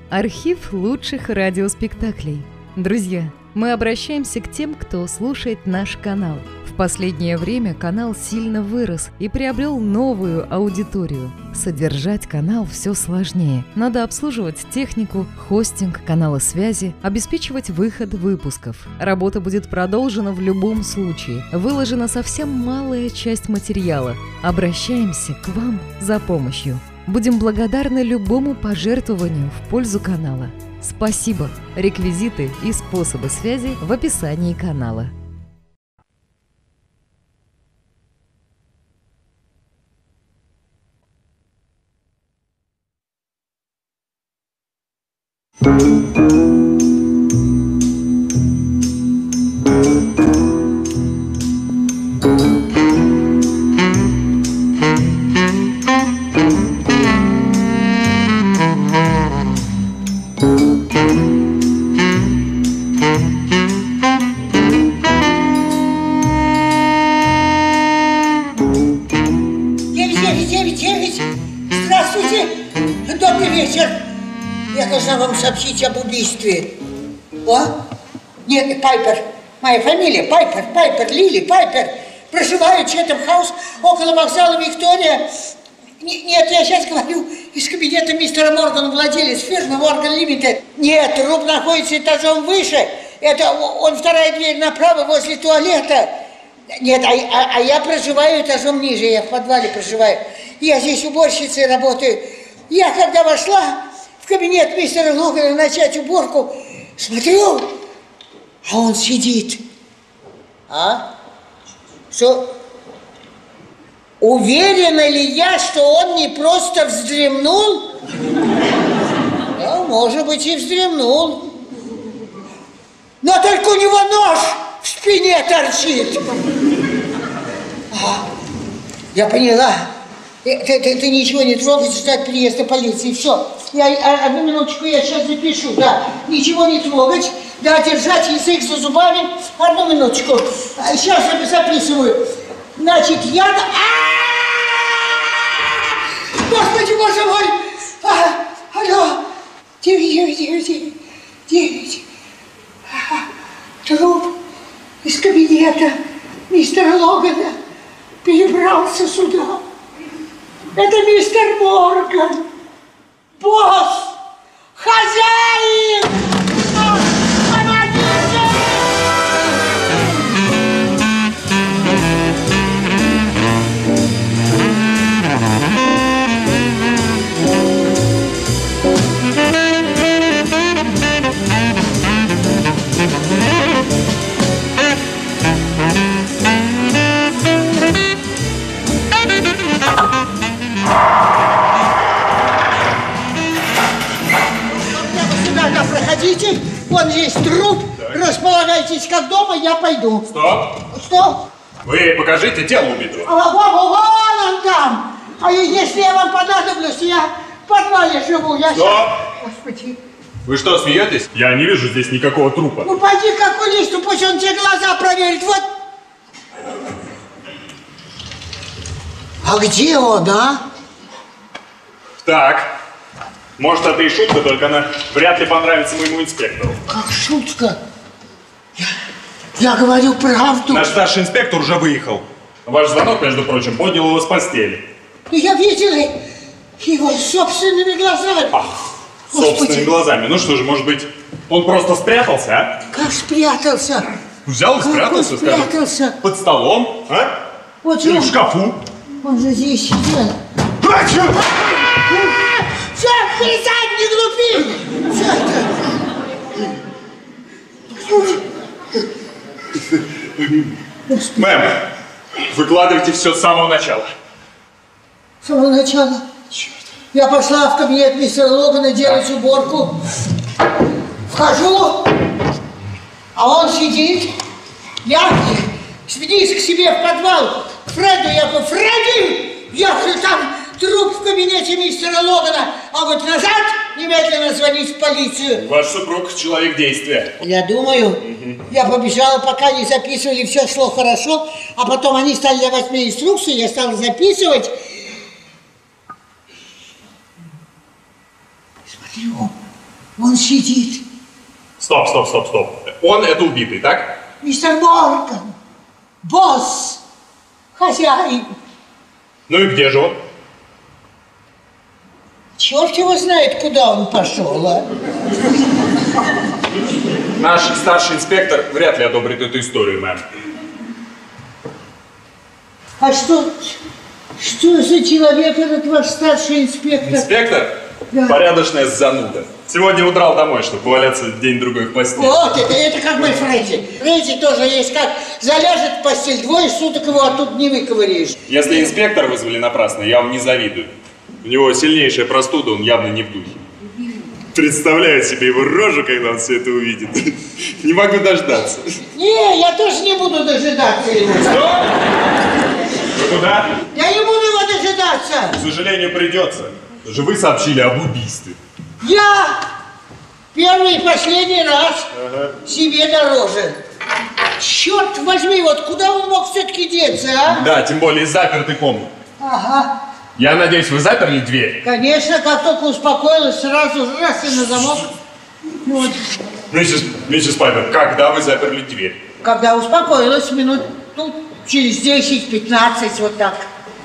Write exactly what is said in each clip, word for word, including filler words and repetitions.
Архив лучших радиоспектаклей. Друзья, мы обращаемся к тем, кто слушает наш канал. В последнее время канал сильно вырос и приобрел новую аудиторию. Содержать канал все сложнее. Надо обслуживать технику, хостинг, каналы связи, обеспечивать выход выпусков. Работа будет продолжена в любом случае. Выложена совсем малая часть материала. Обращаемся к вам за помощью. Будем благодарны любому пожертвованию в пользу канала. Спасибо! Реквизиты и способы связи в описании канала. Сообщить об убийстве. О? Нет, Пайпер. Моя фамилия Пайпер. Пайпер, Лили, Пайпер. Проживаю в Четхэм-хаус около вокзала Виктория. Нет, я сейчас говорю из кабинета мистера Моргана, владелец фирмы Морган Лимитед. Нет, труп находится этажом выше. Это он вторая дверь направо возле туалета. Нет, а, а, а я проживаю этажом ниже. Я в подвале проживаю. Я здесь уборщицей работаю. Я когда вошла в кабинет мистера Логана начать уборку, смотрю, а он сидит. А? Что? Уверена ли я, что он не просто вздремнул? Да, может быть, и вздремнул. Но только у него нож в спине торчит. А, я поняла. Ты, ты, ты ничего не трогай, ждать приезда полиции. Все. Я, одну минуточку, я сейчас запишу. Да, ничего не трогать. Да, держать язык за зубами. Одну минуточку. Сейчас я записываю. Значит, я... Господи, боже мой! А, алло! Девять, девять, девять, девять, девять. Труп из кабинета мистера Логана перебрался сюда. Это мистер Морган. Босс! Хозяин! Помогите! Проходите, вон здесь труп, так. Располагайтесь как дома, я пойду. Стоп! Что? Вы покажите тело убитого. А, вон, вон он там! А если я вам понадоблюсь, я в подвале живу, я... Стоп! Сейчас... Господи. Вы что, смеетесь? Я не вижу здесь никакого трупа. Ну пойди к окулисту, пусть он тебе глаза проверит, вот. А где он, а? Так. Может, это и шутка, только она вряд ли понравится моему инспектору. Как шутка? Я, я говорю правду. Наш старший инспектор уже выехал. Ваш звонок, между прочим, поднял его с постели. Ну, я видела его собственными глазами. Ах, Господи. Собственными глазами. Ну что же, может быть, он просто спрятался, а? Как спрятался? Взял и как спрятался, он спрятался? Скажем, под столом, а? Вот или он, в шкафу. Он же здесь сидел. А, чё? Все, перестань, не глупи! Все это... Мэм, выкладывайте все с самого начала. С самого начала? Черт. Я пошла в кабинет мистера Логана делать уборку. Вхожу, а он сидит. Я вниз к себе в подвал. Фреду, я говорю, Фредди! Я говорю, там труп в кабинете мистера Логана. А вот назад немедленно звонить в полицию. Ваш супруг человек действия. Я думаю. Угу. Я побежала, пока не записывали, все шло хорошо. А потом они стали давать мне инструкцию, я стала записывать. Смотрю, Он сидит. Стоп, стоп, стоп, стоп. Он это убитый, так? Мистер Морган, босс, хозяин. Ну и где же он? Черт его знает, куда он пошел, а? Наш старший инспектор вряд ли одобрит эту историю, мэм. А что, что за человек этот ваш старший инспектор? Инспектор? Да. Порядочная зануда. Сегодня удрал домой, чтобы поваляться день-другой в постели. Вот, это, это как мой Фредди. Фредди тоже есть, как заляжет в постель, двое суток его оттуда не выковыряешь. Если инспектора вызвали напрасно, я вам не завидую. У него сильнейшая простуда, он явно не в духе. Представляю себе его рожу, когда он все это увидит. Не могу дождаться. Не, я тоже не буду дожидаться его. Что? Вы куда? Я не буду его дожидаться. К сожалению, придется. Же вы сообщили об убийстве. Я первый и последний раз ага. себе дороже. Черт возьми, вот куда он мог все-таки деться, а? Да, тем более из запертой комнаты. Ага. Я надеюсь, вы заперли дверь? Конечно, как только успокоилась, сразу раз и на замок. Вот. Миссис, миссис Пайпер, когда вы заперли дверь? Когда успокоилась, минут, ну, через десять-пятнадцать, вот так.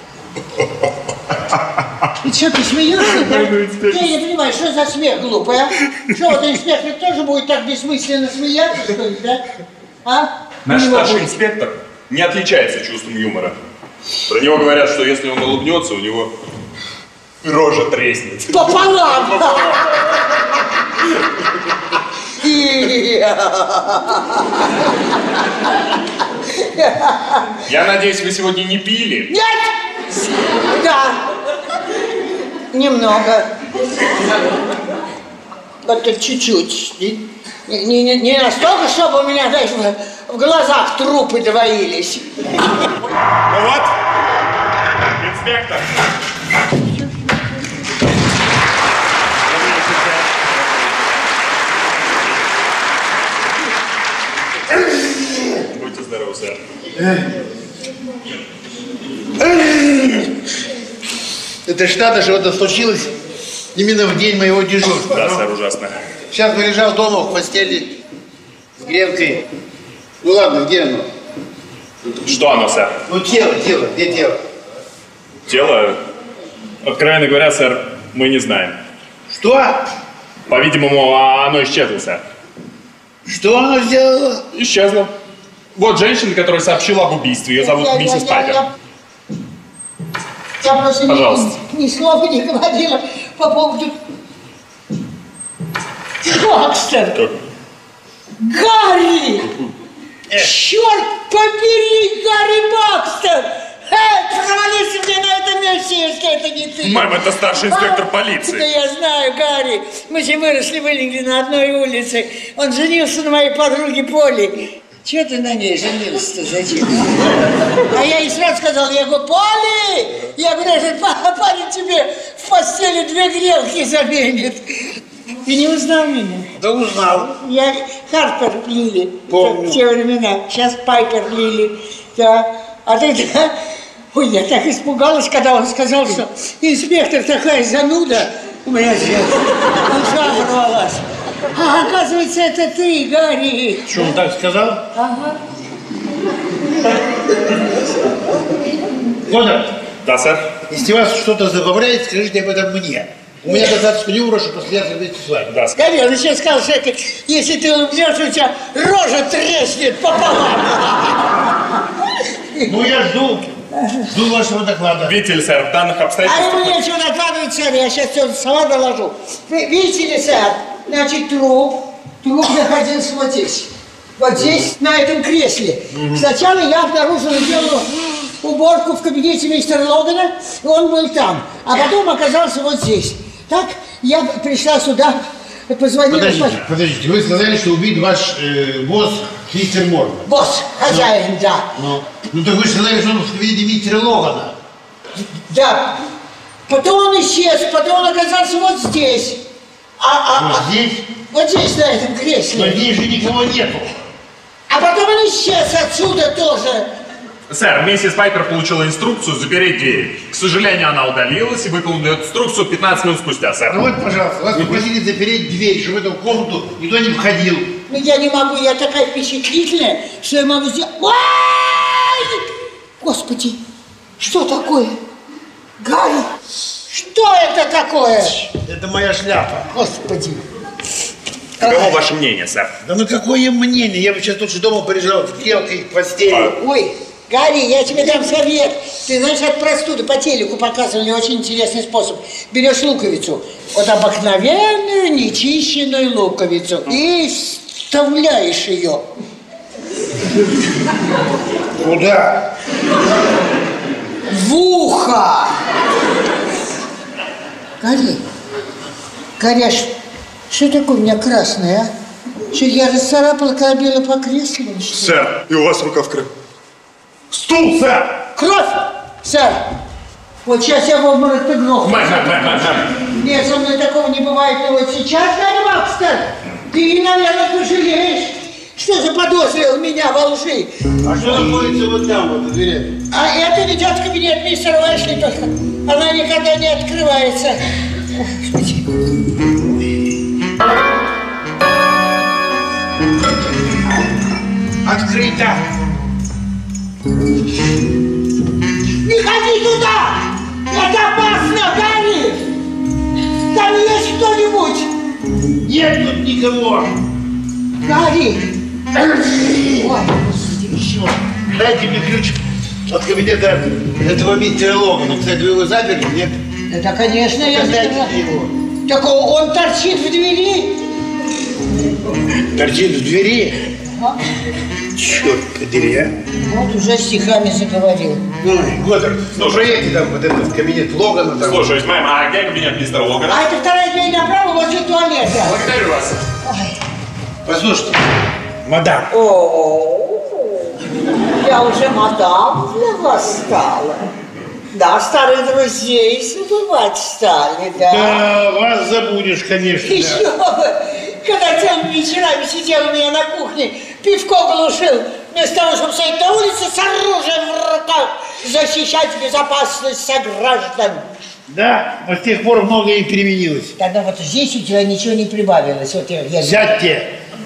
И что, ты смеешься, да? Я не понимаю, что за смех глупый, а? Что, вот инспектор тоже будет так бессмысленно смеяться, что ли, да? А? Наш старший инспектор не отличается чувством юмора. Про него говорят, что если он улыбнется, у него рожа треснет. Пополам! Я надеюсь, вы сегодня не пили? Нет! Да. Немного. Вот чуть-чуть. Не, не, не настолько, чтобы у меня, знаешь, в глазах трупы двоились. Ну вот, инспектор. Будьте здоровы, сэр. Это ж надо, что это случилось именно в день моего дежурства. Да, но... сэр, ужасно. Сейчас бы лежал дома в постели с гренкой. Ну ладно, где оно? Что оно, сэр? Ну тело, тело, где тело? Тело? Откровенно говоря, сэр, мы не знаем. Что? По-видимому, оно исчезло, сэр. Что оно сделало? Исчезло. Вот женщина, которая сообщила об убийстве. Ее зовут я, миссис я, Пайпер. Я, я, я просто Пожалуйста. Ни, ни слова не говорила по поводу... Бакстер! Как? Гарри! Черт побери, Гарри Бакстер! Эй, провалился мне на этом месте, если это не ты! Мэм, это старший инспектор полиции. Да я знаю, Гарри. Мы же выросли, вылегли на одной улице. Он женился на моей подруге Полли. Чего ты на ней женился-то, зачем? А я ей сразу сказал, я говорю, Полли! Я говорю, этот парень тебе в постели две грелки заменит. Ты не узнал меня? Да узнал. Я Харпер Лили. Помню. В те времена. Сейчас Пайпер Лили. Да. А тогда... Ой, я так испугалась, когда он сказал, что инспектор такая зануда. У меня душа оборвалась. А оказывается, это ты, Гарри. Что, он так сказал? Ага. Конрад, Да, сэр. если вас что-то забавляет, скажите об этом мне. У меня достаточно юмора, чтобы посмеяться вместе с вами. Да, сэр. Гарри, он еще сказал, что это, если ты улыбнешься, у тебя рожа треснет пополам. Ну, я жду. Жду вашего доклада. Видите ли, сэр, в данных А обстоятельствах... ему нечего докладывать, сэр, я сейчас все сама доложу. Вы видите ли, сэр, значит, труп, труп находился вот здесь. Вот здесь, на этом кресле. Сначала я обнаружила, делала уборку в кабинете мистера Логана, и он был там. А потом оказался вот здесь. Так, я пришла сюда, позвонила... Подождите, подождите, вы сказали, что убит ваш э, босс мистер Морган. Босс, хозяин, да. Ну, ну так вы же сказали, что он в кабинете мистера Логана. Да. Потом он исчез, потом он оказался вот здесь. А, а, Вот а, здесь? вот здесь, на этом кресле. Но здесь же никого нету. А потом он исчез отсюда тоже. Сэр, миссис Пайпер получила инструкцию запереть дверь. К сожалению, она удалилась и выполнила эту инструкцию пятнадцать минут спустя, сэр. Ну вот, пожалуйста, вас попросили запереть дверь, чтобы в эту комнату никто не входил. Ну я не могу, я такая впечатлительная, что я могу сделать... Ой! Господи, что такое? Гарри, что это такое? Это моя шляпа. Господи. Каково ваше мнение, сэр? Да ну какое мнение? Я бы сейчас лучше дома полежал в гелке и в постели. Ой, Гарри, я тебе дам совет. Ты знаешь, от простуды по телеку показывали очень интересный способ. Берешь луковицу, вот обыкновенную, нечищенную луковицу, и вставляешь ее. Куда? В ухо. Гарри, Гарри, а что такое у меня красное, а? Что, я расцарапала, когда била по креслу? Сэр, и у вас рука в крови. Стул, сэр! Кровь, сэр! Вот сейчас я в обморок грохну. Мэр, мэр, мэр, мэр, мэр. Нет, со мной такого не бывает, но вот сейчас, Гарри Бакстер, ты, наверное, пожалеешь, что заподозрил меня во лжи. А что находится вот там, вот, на двери? А это ведет в кабинет мистера Уэшли, только она никогда не открывается. Господи. Открыто. Не ходи туда! Это опасно, Гарри! Там есть кто-нибудь? Нет тут никого. Гарри! Ой, господи, еще. Дайте мне ключ от кабинета этого мистера Логана. Кстати, вы его заперли, нет? Это, конечно, я Дайте заперла. мне его. Так он торчит в двери. Торчит в двери? А? Черт подери, а. Вот уже стихами заговорил. Ой, Годдард, ну проедьте там вот этот кабинет Логана. Там. Слушаюсь, мэм, а где кабинет мистера Логана? А это вторая дверь направо возле туалета. Благодарю вас. Ой. Послушайте, мадам. О, я уже мадам для вас стала. Да, старых друзей забывать стали, да. Да, вас забудешь, конечно. Да. Еще бы! Когда целыми вечерами сидел у меня на кухне, пивко глушил, вместо того, чтобы стоять на улице с оружием в руках, защищать безопасность сограждан. Да, но с тех пор многое и переменилось. Тогда вот здесь у тебя ничего не прибавилось. Вот я, я... Сядьте.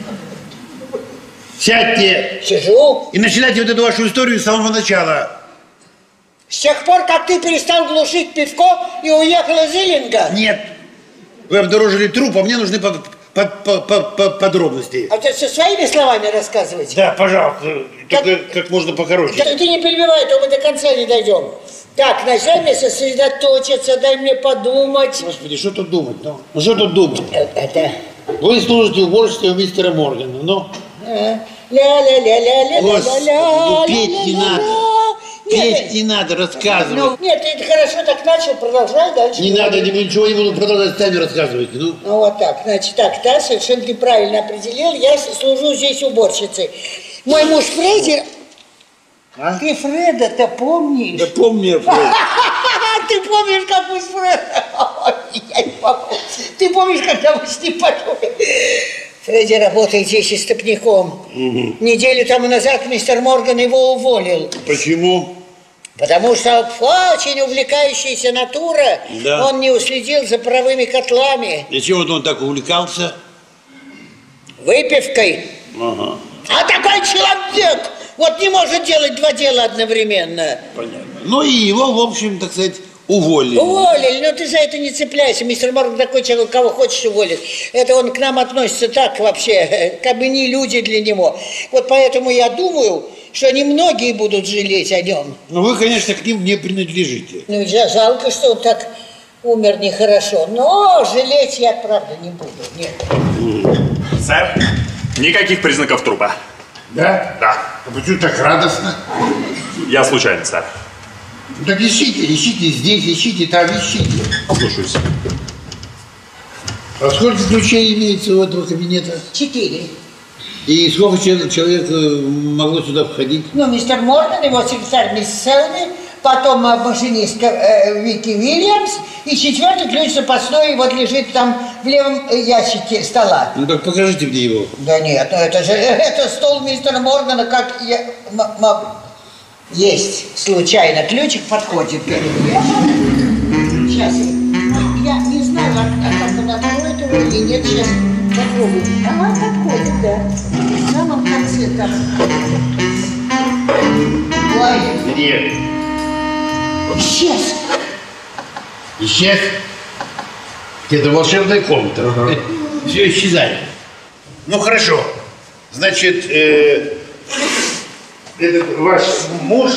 Сядьте. Сижу. И начинайте вот эту вашу историю с самого начала. С тех пор, как ты перестал глушить пивко и уехал из Иллинга? Нет. Вы обнаружили труп, а мне нужны под, под, под, под, под, подробности. А ты со своими словами рассказывать? Да, пожалуйста. Только как, как можно покороче. Да, ты не перебивай, а то мы до конца не дойдем. Так, значит, дай мне сосредоточиться, дай мне подумать. Господи, что тут думать? Ну, ну что тут думать? Это... Вы служите в уборщице у мистера Моргана, ну? Ля-ля-ля-ля-ля-ля-ля-ля. Господи, ну петь не надо. Петь не надо, рассказывать. Ну, нет, ты хорошо так начал, продолжай дальше. Не надо, не, ничего не буду продолжать, сами рассказывайте. Ну. Ну, вот так, значит, так, да, совершенно ты правильно определил, я служу здесь уборщицей. Мой муж Фредди... А? Ты Фреда-то помнишь? Да помню я Фреда. Ты помнишь, как мы с Фредом... Я не могу. Ты помнишь, когда мы с ним подумали? Фредди работает здесь истопником. Угу. Неделю тому назад мистер Морган его уволил. Почему? Потому что очень увлекающаяся натура, да. Он не уследил за паровыми котлами. И чего он так увлекался? Выпивкой. Ага. А такой человек вот не может делать два дела одновременно. Понятно. Ну и его, в общем, так сказать, уволили. Уволили, но ты за это не цепляйся. Мистер Морган такой человек, кого хочешь уволить. Это он к нам относится так вообще, как бы не люди для него. Вот поэтому я думаю, что немногие будут жалеть о нем. Ну вы, конечно, к ним не принадлежите. Ну я жалко, что он так умер нехорошо. Но жалеть я, правда, не буду. Нет. Сэр, никаких признаков трупа. Да? Да. А почему так радостно? Я случайно, сэр. Ну так ищите, ищите здесь, ищите там, ищите. Слушаюсь. А сколько ключей имеется у этого кабинета? Четыре. И сколько человек могло сюда входить? Ну, мистер Морган, его секретарь мисс Селми, потом машинистка э, Вики Уильямс, и четвертый ключ запасной, вот лежит там в левом ящике стола. Ну так покажите мне его. Да нет, ну это же, это стол мистера Моргана, как я могу. Есть случайно ключик подходит к этому ящику. Сейчас. Я не знаю, как он откроет его или нет. Сейчас попробую. Ага, подходит, да. В самом конце там. Ой. Где? Исчез. Исчез? Это волшебная комната. Ага. Все исчезает. Ну хорошо. Значит, э, этот ваш муж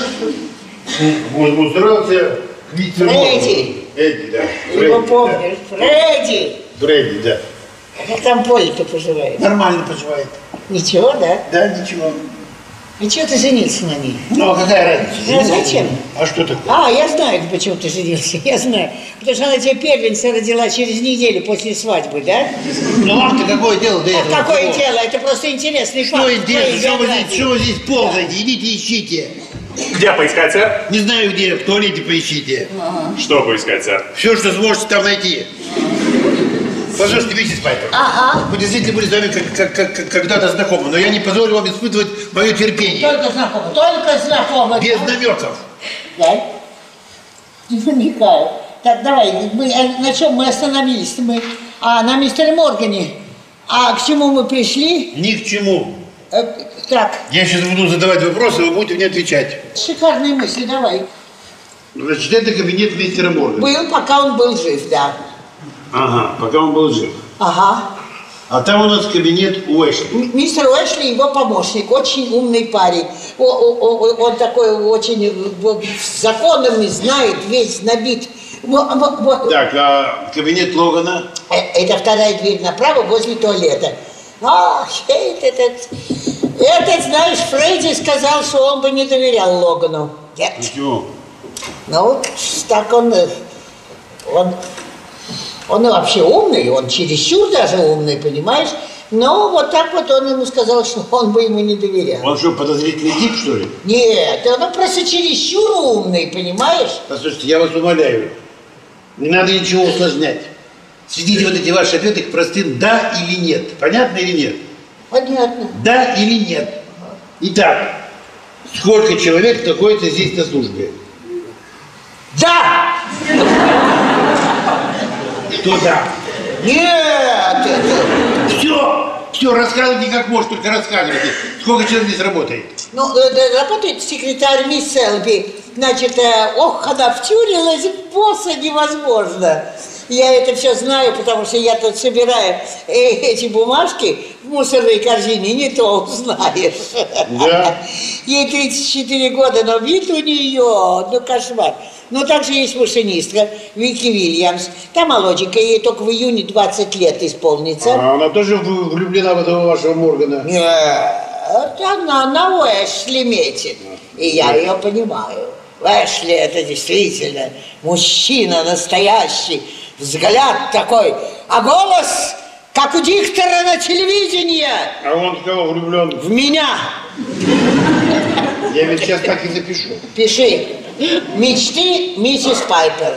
устроился к вице-мору. Фредди. Фредди, да. Его помнишь? Да. Фредди. Фредди, да. Как там Поля-то поживает? Нормально поживает. Ничего, да? Да, ничего. И чего ты женился на ней? Ну, а какая разница? Ну, зачем? А что такое? А, я знаю, почему ты женился, я знаю. Потому что она тебе первенца родила через неделю после свадьбы, да? Ну, вам-то какое дело до этого? А какое Всего? дело? Это просто интересный Что факт. интересно? Что вы здесь, что вы здесь ползаете? Идите ищите. Где поискать, сэр? Не знаю где, в туалете поищите. Ага. Что поискать, сэр? Все, что сможете там найти. Пожалуйста, миссис Пайпер. Ага. Мы действительно были с вами как, как, как, как когда-то знакомы, но я не позволю вам испытывать мое терпение. Только знакомы, только знакомы. Без намеков. Да? Не намекаю. Так, давай, мы, на чем мы остановились-то мы? А, на мистере Моргане. А к чему мы пришли? Ни к чему. Э, так. Я сейчас буду задавать вопросы, вы будете мне отвечать. Шикарные мысли, давай. Значит, это кабинет мистера Моргана. Был, пока он был жив, да. Ага, пока он был жив. Ага. А там у нас кабинет Уэшли. М- Мистер Уэшли, его помощник, очень умный парень. О- о- о- Он такой очень э, законный, знает, весь набит. Во- во- во- Так, а кабинет Логана? Э, Это вторая дверь направо, возле туалета. Ах, этот, этот, знаешь, Фредди сказал, что он бы не доверял Логану. Нет. Почему? Ну, так он, э, он, он вообще умный, он чересчур даже умный, понимаешь? Но вот так вот он ему сказал, что он бы ему не доверял. Он что, подозрительный тип, что ли? Нет, он просто чересчур умный, понимаешь? Послушайте, я вас умоляю, не надо ничего усложнять. Сведите вот эти ваши ответы к простым «да» или «нет». Понятно или нет? Понятно. Да или нет? Итак, сколько человек находится здесь на службе? Да! Что да? Нет! Это... Все, все, рассказывайте как можете, только рассказывайте. Сколько человек здесь работает? Ну, э, работает секретарь мисс Селби. Значит, э, ох, она втюрилась в босса невозможно. Я это все знаю, потому что я тут собираю э, эти бумажки в мусорной корзине, не то узнаешь. Да. Ей тридцать четыре года, но вид у нее, ну кошмар. Но также есть машинистка Вики Вильямс. Та молоденькая, ей только в июне двадцать лет исполнится. А она тоже влюблена в этого вашего Моргана? Нет, она на Уэшли метит. И я ее понимаю. Уэшли это действительно мужчина настоящий. Взгляд такой, а голос, как у диктора на телевидении. А он в кого влюблен? В меня. Я ведь сейчас так и запишу. Пиши. Мечты миссис Пайпер.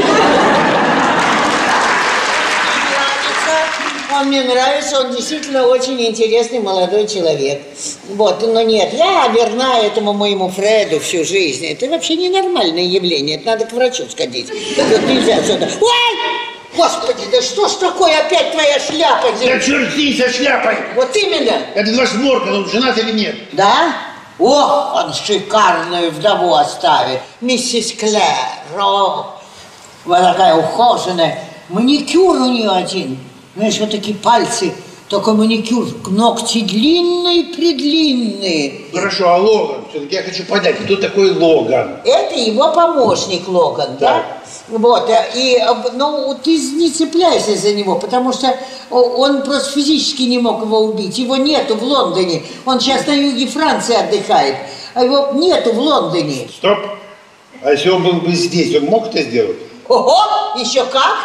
Он мне нравится, он действительно очень интересный молодой человек. Вот, но нет, я верна этому моему Фреду всю жизнь. Это вообще ненормальное явление, это надо к врачу сходить. Вот нельзя отсюда. Ой! Господи, да что ж такое, опять твоя шляпа здесь? Да черти со шляпой! Вот именно. Это ваш Морган, он женат или нет? Да? Ох, он шикарную вдову оставит. Миссис Клэр, о, вот такая ухоженная. Маникюр у нее один. Знаешь, вот такие пальцы, такой маникюр, ногти длинные-предлинные. Хорошо, а Логан? Все-таки я хочу понять, кто такой Логан? Это его помощник Логан, да? Да. Вот, и, ну, ты не цепляйся за него, потому что он просто физически не мог его убить. Его нету в Лондоне. Он сейчас на юге Франции отдыхает, а его нету в Лондоне. Стоп. А если он был бы здесь, он мог это сделать? Ого, еще как?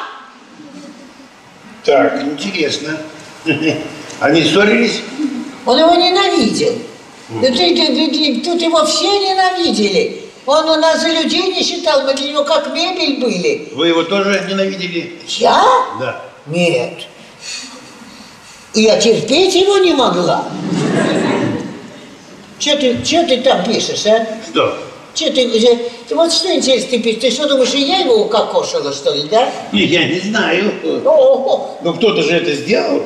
Так, интересно. Они ссорились? Он его ненавидел. Да ты, ты, ты, ты, тут его все ненавидели. Он у нас за людей не считал, мы для него как мебель были. Вы его тоже ненавидели? Я? Да. Нет. Я терпеть его не могла. Че ты, че ты там пишешь, а? Что? Че ты, ты, ты вот что интересно, ты пишешь? Ты что думаешь, и я его укокошила, что ли, да? Не, я не знаю. О-о-о. Но кто-то же это сделал.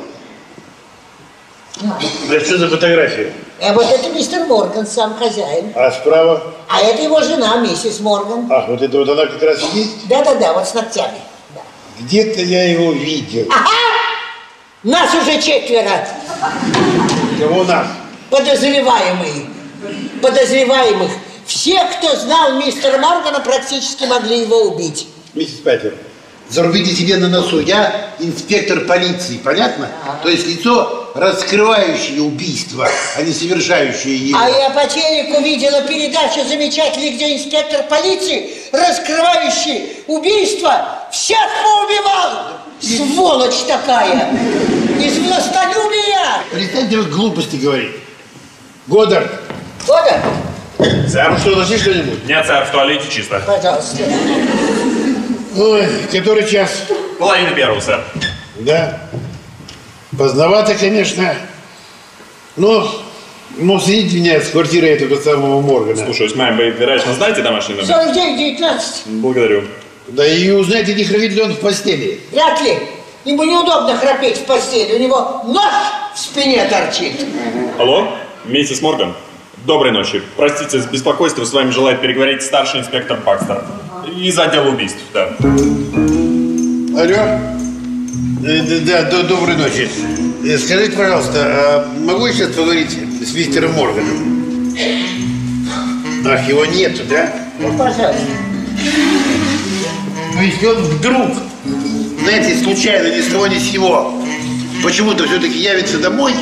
А что за фотография? А вот это мистер Морган, сам хозяин. А справа? А это его жена, миссис Морган. Ах, вот это вот она как раз есть? Да-да-да, вот с ногтями. Да. Где-то я его видел. Ага! Нас уже четверо. Кого нас? Подозреваемые. Подозреваемых. Все, кто знал мистера Моргана, практически могли его убить. Миссис Пайпер, зарубите себе на носу. Я инспектор полиции, понятно? А-а-а. То есть лицо, раскрывающее убийство, а не совершающее его. А я по телеку видела передачу замечательную, где инспектор полиции, раскрывающий убийство, всех поубивал. Сволочь такая. Из властолюбия. Перестаньте вы глупости говорить. Годдард. Годдард. Сэр. Ну что, нашли что-нибудь? Нет, сэр, в туалете чисто. Пожалуйста. Ой, который час? Половина первого, сэр. Да. Поздновато, конечно. Но, но следите меня с квартиры этого самого Моргана. Слушаюсь, мэм, вы, вероятно, знаете домашний номер? сорок девять девятнадцать. Благодарю. Да и узнайте, не храпит ли он в постели. Вряд ли. Ему неудобно храпеть в постели. У него нож в спине торчит. Алло, миссис Морган. Доброй ночи. Простите за беспокойство, с вами желает переговорить старший инспектор Бакстер. Из отдела убийств, да. Алло? Э, да, да, доброй ночи. Э, скажите, пожалуйста, а могу я сейчас поговорить с мистером Морганом? Ах, его нету, да? Ну, пожалуйста. Ну, если он вдруг, знаете, случайно, ни с того ни с сего, почему-то все-таки явится домой,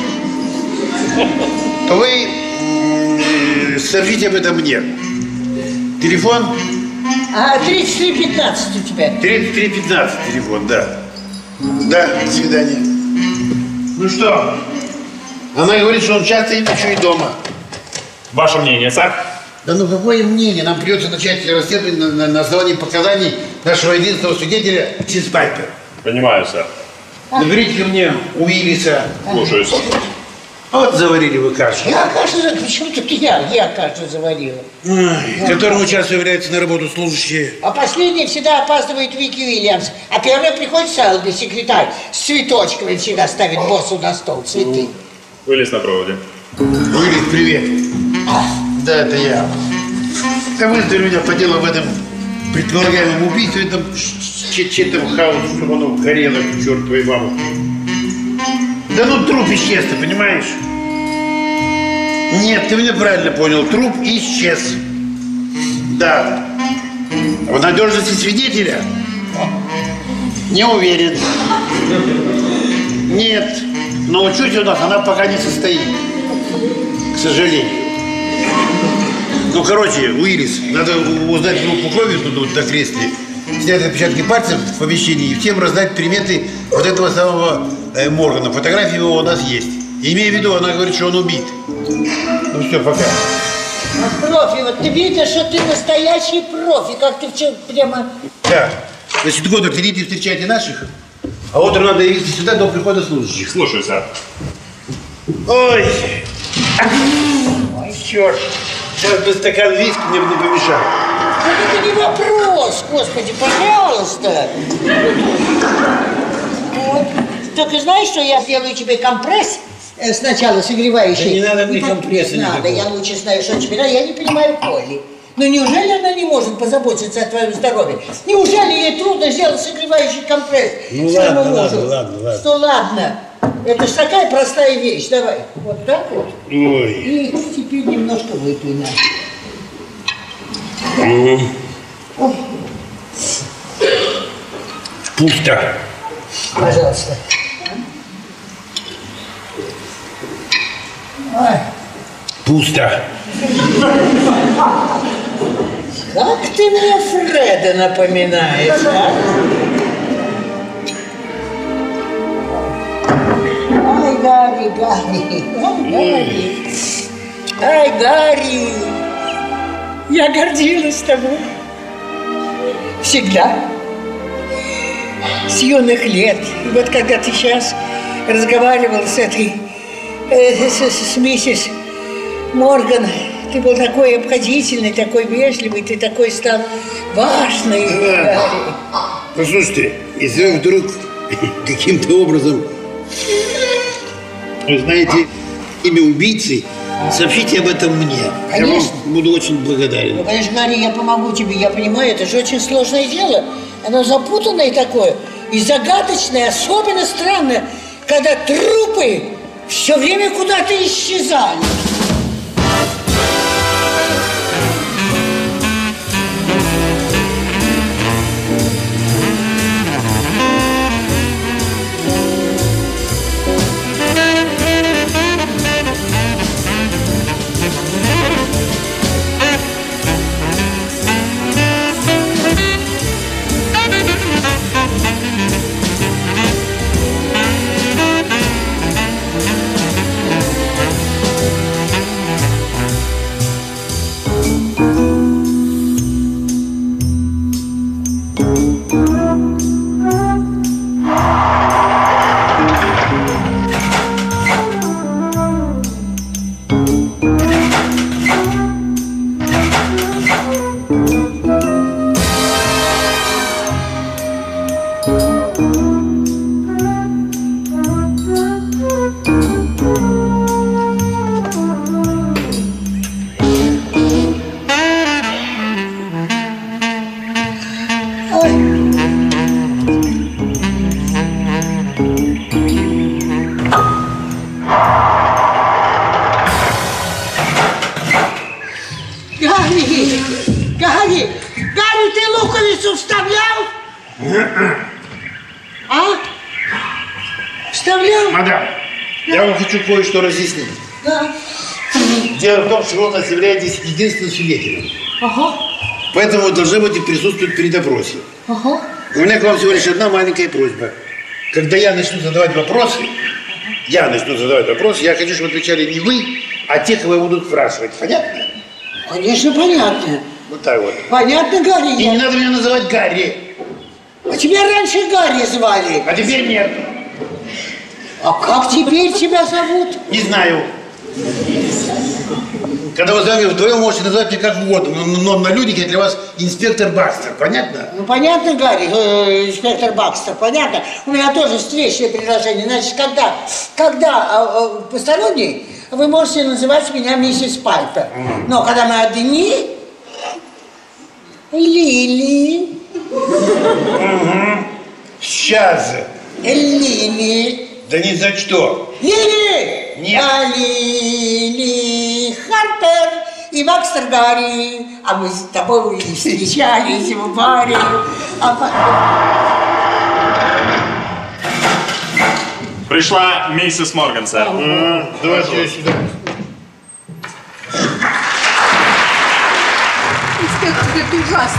то вы э, сообщите об этом мне. Телефон? А, тридцать три пятнадцать у тебя. тридцать три пятнадцать телефон, да. Да, до свидания. Ну что? Она говорит, что он часто и ночует дома. Ваше мнение, сэр? Да ну какое мнение? Нам придется начать расследование на, на, на основании показаний нашего единственного свидетеля, миссис Пайпер. Понимаю, сэр. Наберите ко мне Уиллиса. Слушаюсь. Вот заварили вы кашу. Я кашу заварила. Почему тут я? Я кашу заварила. Ой, которому часто являются на работу служащие. А последний всегда опаздывает Вики Уильямс. А первый приходит Селби, секретарь, с цветочками всегда ставит боссу на стол цветы. Уиллис на проводе. Уиллис, привет. Да, это я. Да вызвали меня по делу в этом предполагаемом убийстве, этом Четом Хаус, чтобы оно горело к чертовой бабушке. Да ну труп исчез, ты понимаешь? Нет, ты меня правильно понял, труп исчез. Да. А в надежности свидетеля? Не уверен. Нет. На учете у нас она пока не состоит. К сожалению. Ну, короче, Уиллис, надо узнать группу крови тут вот на кресле, снять отпечатки пальцев в помещении и всем раздать приметы вот этого самого э, Моргана. Фотографии его у нас есть. И, имея в виду, она говорит, что он убит. Ну все, пока. А профи, вот ты видишь, что ты настоящий профи, как ты вчера прямо... Да. Значит, Годдард, идите встречайте наших, а утром надо явиться сюда до прихода служащих. Слушаюсь, сэр. Ой! Ой, черт! Сейчас бы стакан виски мне бы не помешал. Это не вопрос, господи, пожалуйста. Вот. Только знаешь, что я сделаю тебе компресс э, сначала согревающий? Да не надо мне и компресса надо, никакого. я лучше знаю, что тебе надо. Я не понимаю Колли. Ну неужели она не может позаботиться о твоем здоровье? Неужели ей трудно сделать согревающий компресс? Ну своему ладно, мужу? ладно, ладно, ладно. Что ладно? Это ж такая простая вещь. Давай, вот так вот. Ой. И теперь немножко выпей на. Ой. Пусто. Пожалуйста. Ой. Пусто. Как ты мне Фреда напоминаешь, а? Ай, Гарри, Гарри, ай, Гарри, ай, Гарри, я гордилась тобой. Всегда. С юных лет. И вот когда ты сейчас разговаривал с этой, э, с, с миссис Морган, ты был такой обходительный, такой вежливый, ты такой стал важный. Да. Послушайте, если вы вдруг каким-то образом вы знаете имя убийцы, сообщите об этом мне. Конечно. Я вам буду очень благодарен. Ну, конечно, Гарри, я помогу тебе, я понимаю, это же очень сложное дело. Оно запутанное такое и загадочное, особенно странное, когда трупы все время куда-то исчезали. Гарри, Гарри, ты луковицу вставлял? А? Вставлял? Мадам, я вам хочу кое-что разъяснить. Да. Дело в том, что вы у нас являетесь единственным свидетелем. Ага. Поэтому вы должны будете присутствовать при допросе. Ага. У меня к вам всего лишь одна маленькая просьба. Когда я начну задавать вопросы, я начну задавать вопросы, я хочу, чтобы отвечали не вы, а те, кого будут спрашивать. Понятно? Конечно, понятно. Вот так вот. Понятно, Гарри? И не надо меня называть Гарри. А тебя раньше Гарри звали. А теперь нет. А как теперь тебя зовут? Не знаю. Когда вы с вами вдвоем, можете назвать меня как угодно, но, но на людях я для вас инспектор Бакстер, понятно? Ну, понятно, Гарри, э, инспектор Бакстер, понятно. У меня тоже встречное предложение. Значит, когда, когда э, э, посторонний, вы можете называть меня миссис Пайпер. Но когда мы одни, Лили. Угу. Сейчас же. Лили. Да ни за что. Лили! Нет. А Лили Харпер и Бакстер Гарри. А мы с тобой встречались в баре. А... Пришла миссис Морган, сэр. А, давайте ее сюда. Инспектор, это ужасно.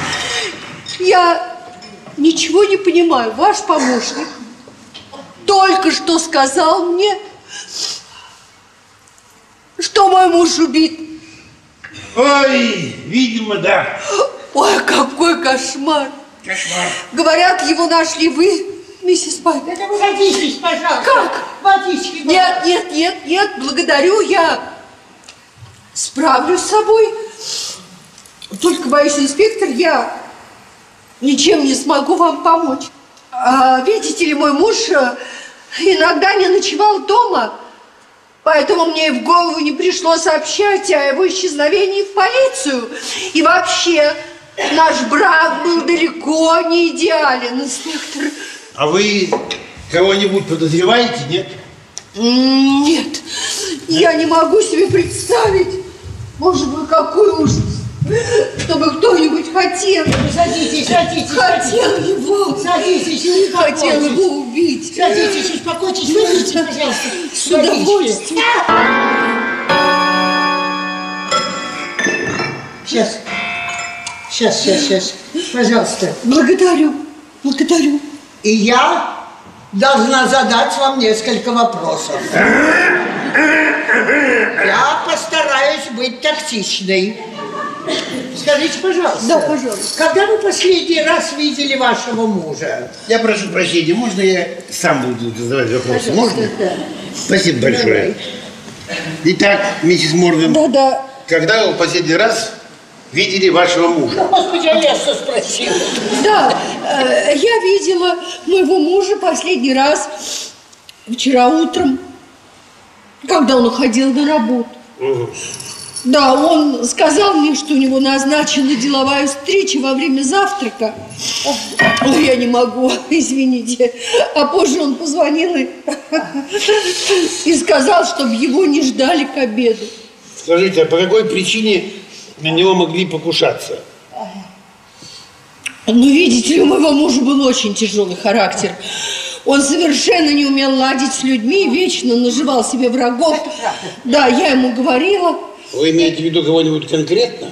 Я ничего не понимаю. Ваш помощник только что сказал мне, что мой муж убит. Ой, видимо, да. Ой, какой кошмар. Кошмар. Говорят, его нашли вы, миссис Пайпер. Это вы водички, пожалуйста. Как? Водички. Нет, нет, нет, нет, благодарю, я справлюсь с собой. Только, боюсь, инспектор, я ничем не смогу вам помочь. А, видите ли, мой муж иногда не ночевал дома, поэтому мне и в голову не пришло сообщать о его исчезновении в полицию. И вообще, наш брак был далеко не идеален, инспектор. А вы кого-нибудь подозреваете, нет? Нет, я не могу себе представить, может быть, какой ужас, чтобы кто-нибудь хотел, Садитесь, садитесь. хотел его, Садитесь, хотел успокойтесь. его убить. Садитесь, успокойтесь, выпейте, пожалуйста. С удовольствием. Сейчас. Сейчас, сейчас, сейчас. Пожалуйста. Благодарю, благодарю. И я должна задать вам несколько вопросов. Я постараюсь быть тактичной. Скажите, пожалуйста. Да, пожалуйста. Когда вы последний раз видели вашего мужа? Я прошу прощения, можно я сам буду задавать вопросы? Пожалуйста, Можно? да. Спасибо большое. Итак, миссис Морган, Да-да. когда вы в последний раз видели вашего мужа? Господи, а я что спросила? Да, э, я видела моего мужа последний раз вчера утром, когда он уходил на работу. Угу. Да, он сказал мне, что у него назначена деловая встреча во время завтрака. Но я не могу, извините. А позже он позвонил и, и сказал, чтобы его не ждали к обеду. Скажите, а по какой причине на него могли покушаться? Ну, видите ли, у моего мужа был очень тяжелый характер. Он совершенно не умел ладить с людьми, вечно наживал себе врагов. Да, я ему говорила. Вы имеете в виду кого-нибудь конкретно?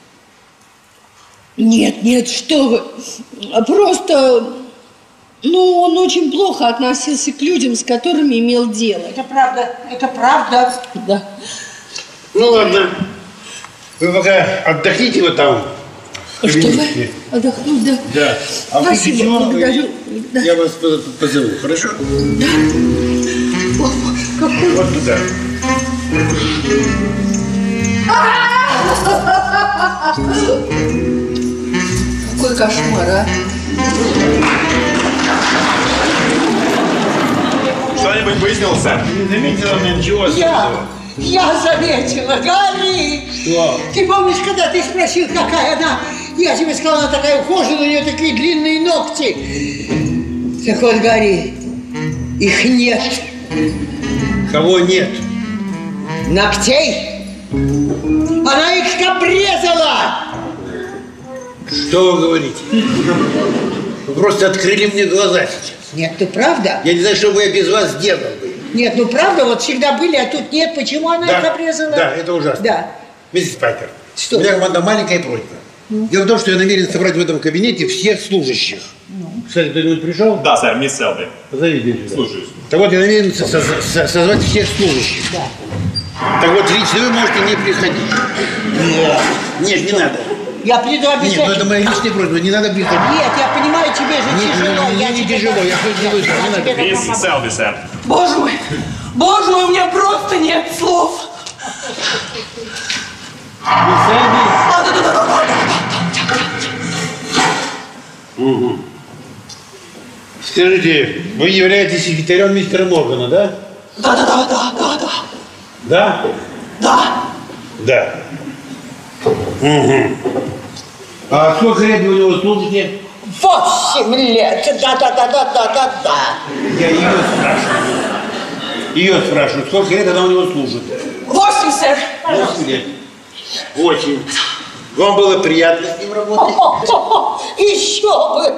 Нет, нет, что вы. Просто, ну, он очень плохо относился к людям, с которыми имел дело. Это правда, это правда. Да. Ну, ладно. Вы пока отдохните вот там. Что вы? Отдохнуть, да. Да. А спасибо, чего, благодарю. Да. Я вас позову, хорошо? Да. О, какой... Вот туда. Какой кошмар, а? Что-нибудь выяснил, сэр? Не заметила меня ничего Я, особенного? я заметила, Гарри. Что? Ты помнишь, когда ты спросил, какая она? Я тебе сказала, она такая ухоженная, у нее такие длинные ногти. Так вот, Гарри, их нет. Кого нет? Ногтей? Она их обрезала! Что вы говорите? Вы просто открыли мне глаза сейчас. Нет, ну правда? Я не знаю, что бы я без вас сделал бы. Нет, ну правда, вот всегда были, а тут нет. Почему она Да, их обрезала? да, это ужасно. Да. Миссис Пайпер, Что? у меня к вам одна маленькая просьба. Ну? Дело в том, что я намерен собрать в этом кабинете всех служащих. Ну? Кстати, кто-нибудь пришел? Да, сэр, мисс Селби. Позовите сюда. Слушаюсь. Так вот, я намерен со- со- со- созвать всех служащих. Да. Так вот, лично вы можете не приходить. Нет, нет, не надо. Я приду Нет, ну обязательно. это моя личная просьба, не надо приходить. Нет, я понимаю, тебе же Нет, тяжело. мне я не тебе тяжело, дам. я хоть делаю, Я не надо. тебе дам Мисс помогу. Селби, сэр. Боже мой! Боже мой, у меня просто нет слов! Угу. Скажите, вы являетесь секретарем мистера Моргана, да? Да, да, да, да, да, да. Да? Да. Да. Угу. А сколько лет вы у него служите? Восемь лет. Да, да, да, да, да, да, да. Я ее спрашиваю. Ее спрашиваю, сколько лет она у него служит? Восемь, сэр. Восемь лет. Восемь. Вам было приятно с ним работать? Еще бы.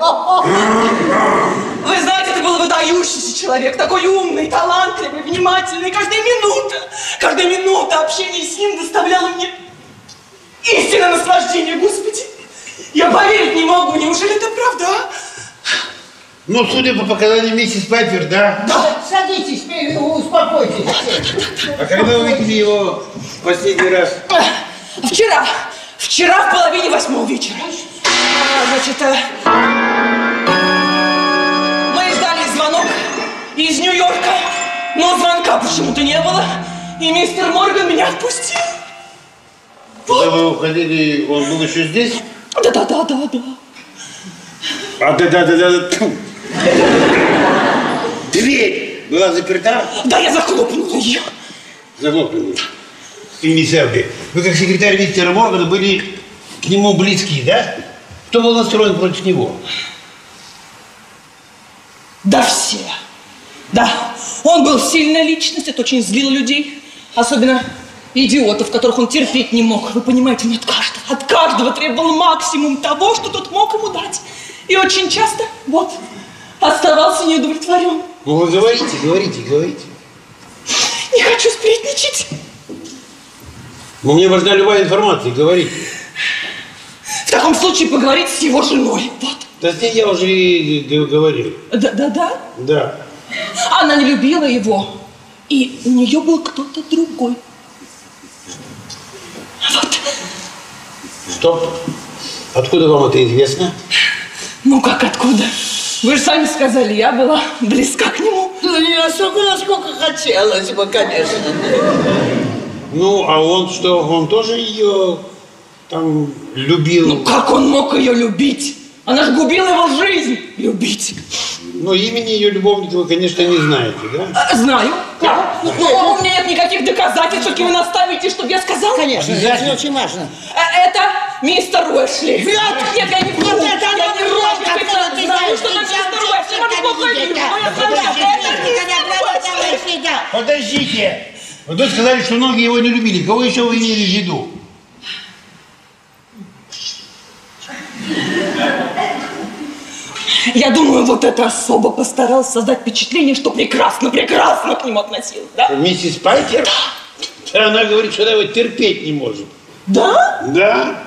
Вы знаете, это был выдающийся человек, такой умный, талантливый, внимательный. Каждая минута, каждая минута общения с ним доставляла мне истинное наслаждение, Господи. Я поверить не могу, неужели это правда, а? Ну, судя по показаниям миссис Пайпер, да. Да, садитесь, успокойтесь. А когда вы видели его в последний раз? Вчера, вчера в половине восьмого вечера. А, значит, э, мы ждали звонок из Нью-Йорка, но звонка почему-то не было, и мистер Морган меня отпустил. Когда вы уходили, он был еще здесь? Да-да-да-да-да. А да-да-да-да. Дверь была заперта? Да, я захлопнула ее. Захлопнула. И не Селби, вы как секретарь мистера Моргана были к нему близки, да? Кто был настроен против него? Да все. Да, он был сильная личность, это очень злило людей. Особенно идиотов, которых он терпеть не мог. Вы понимаете, он от каждого, от каждого требовал максимум того, что тот мог ему дать. И очень часто, вот, оставался неудовлетворен. Ну вы говорите, говорите, говорите. Не хочу сплетничать. Но мне важна любая информация, говорите. В таком случае поговорить с его женой. Вот. Да с ней я уже и г- говорил. Да-да-да. Да. Она не любила его. И у нее был кто-то другой. Вот. Стоп. Откуда вам это известно? Ну как откуда? Вы же сами сказали, я была близка к нему. Ну, не настолько, насколько хотелось бы, конечно. Ну, а он что, он тоже ее там любил? Ну, как он мог ее любить? Она же губила его жизнь. Любить. Ну, имени ее любовника вы, конечно, не знаете, да? А, знаю. Как? Ну, у меня нет никаких доказательств, только вы наставите, чтобы я сказала. Конечно, это очень важно. А, это мистер Уэшли. Врет! Нет, я не вру. Вот это Я она не вру. врет, Я откуда ты знаешь? что Ты это сам мистер Уэшли. черт Он плохо видит, видит. да. Но я сказала, это мистер Уэшли. Подождите! Вот вы сказали, что многие его не любили. Кого еще вы имели в виду? Я думаю, вот это особо постаралась создать впечатление, что прекрасно, прекрасно к нему относилась, да? Миссис Пайпер? Да. Она говорит, что она его терпеть не может. Да? Да.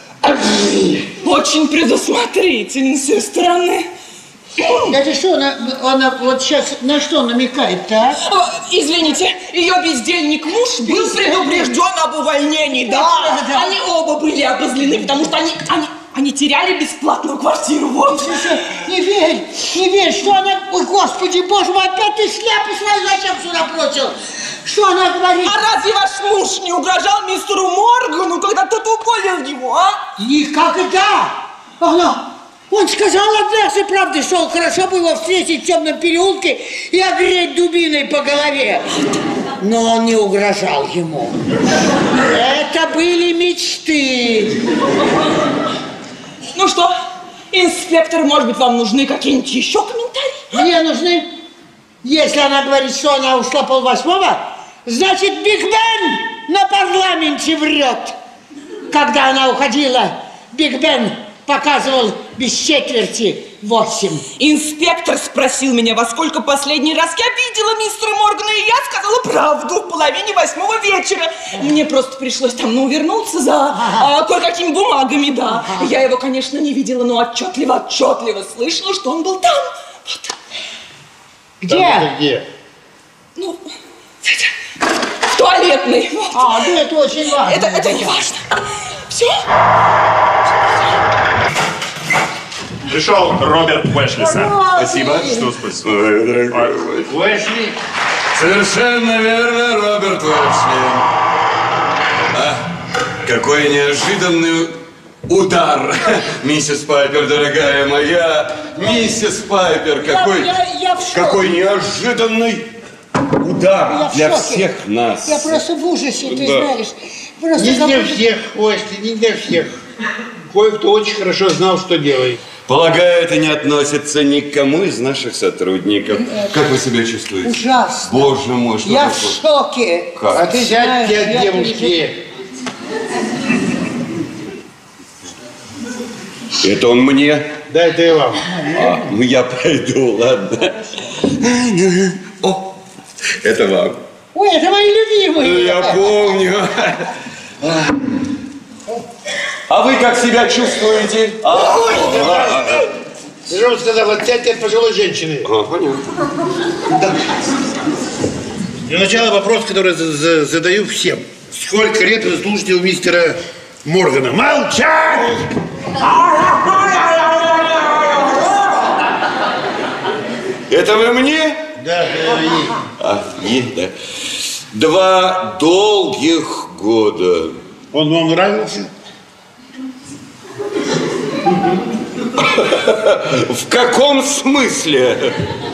Очень предусмотрительно с ее стороны. Это что, она, она вот сейчас на что намекает, так? Извините, ее бездельник муж был предупрежден об увольнении, да? Да, да. Они оба были обозлены, потому что они, они, они теряли бесплатную квартиру, вот. Не верь, не верь, что она... Ой, Господи, Боже мой, опять ты шляпу свою зачем сюда бросил? Что она говорит? А разве ваш муж не угрожал мистеру Моргану, когда тот уволил его, а? Никогда! Она... Он сказал однажды, правда, что хорошо бы его встретить в темном переулке и огреть дубиной по голове. Но он не угрожал ему. Это были мечты. Ну что, инспектор, может быть, вам нужны какие-нибудь еще комментарии? Мне нужны. Если она говорит, что она ушла полвосьмого, значит, Биг Бен на парламенте врет. Когда она уходила, Биг Бен показывал без четверти восемь. Инспектор спросил меня, во сколько последний раз я видела мистера Моргана, и я сказала правду, в половине восьмого вечера. Мне просто пришлось там, ну, вернуться за ага. а, кое-какими бумагами, да. Ага. Я его, конечно, не видела, но отчетливо, отчетливо слышала, что он был там. Вот. Где? Там где? Ну, в туалетной. Вот. А, ну это очень важно. Это, это не важно. Все? Пришел Роберт Уэшли, сэр. Спасибо. Что спасибо? Уэшли? Совершенно верно, Роберт Уэшли. А, какой неожиданный удар, миссис Пайпер, дорогая моя. Миссис Пайпер, какой, я, я, я в шоке. какой неожиданный удар Я в для шоке. всех нас. Я просто в ужасе, ты Да. знаешь. Просто Не для как- всех, Уэшли, не для всех. Кое-кто очень хорошо знал, что делает. Полагаю, это не относится ни к кому из наших сотрудников. Как вы себя чувствуете? Ужасно. Боже мой, что Я в такое? шоке. Как? А ты Знаешь, сядьте от я девушки. Это он мне? Да, это и вам. А, ну я пойду, ладно. О, это вам. Ой, это мои любимые. Я помню. А вы как себя чувствуете? А? Ты же он сказал, отсядьте от пожилой женщины. А, понятно. Для начала вопрос, который за- за- задаю всем. Сколько лет вы служите у мистера Моргана? Молчать! Это вы мне? Да, да, ей. А, ей, да. Два долгих года. Он вам нравился? В каком смысле?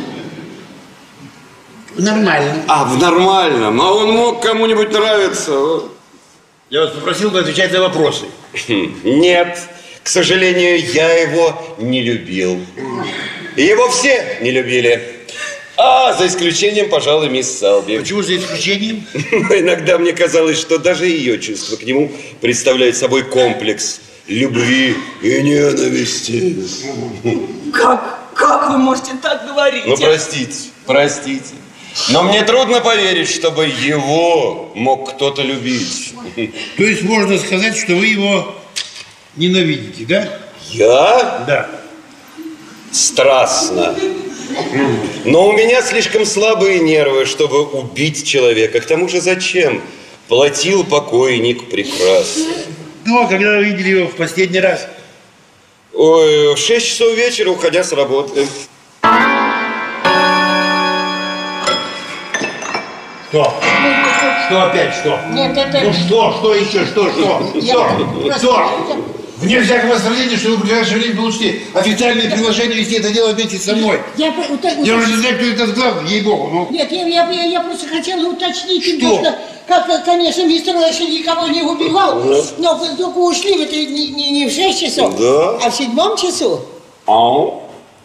Нормально. А, в нормальном. А он мог кому-нибудь нравиться? Я вас попросил бы отвечать на вопросы. Нет, к сожалению, я его не любил. И его все не любили. А, за исключением, пожалуй, мисс Салби. Почему за исключением? Иногда мне казалось, что даже ее чувства к нему представляют собой комплекс любви и ненависти. Как? Как вы можете так говорить? Ну, простите, простите. Но мне трудно поверить, чтобы его мог кто-то любить. То есть можно сказать, что вы его ненавидите, да? Я? Да. Страстно. Но у меня слишком слабые нервы, чтобы убить человека. К тому же зачем? Платил покойник прекрасно. Ну, а когда вы видели его в последний раз? Ой, в шесть часов вечера, уходя с работы. Что? Что опять что? Нет, это... Ну что, что еще, что, что, Я что, просто- что? Вне всякого сравнения, что вы в ближайшее время получите официальное приглашение вести это дело вместе со мной. Я, по- вот так вот- Я уже не знаю, кто это главный, ей-богу, ну. Нет, я, я, я, я просто хотела уточнить, Что? потому что, как, конечно, мистер Уэшли никого не убивал, но вы только ушли вы не, не, не в шесть часов, Да. а в седьмом часу. Ау.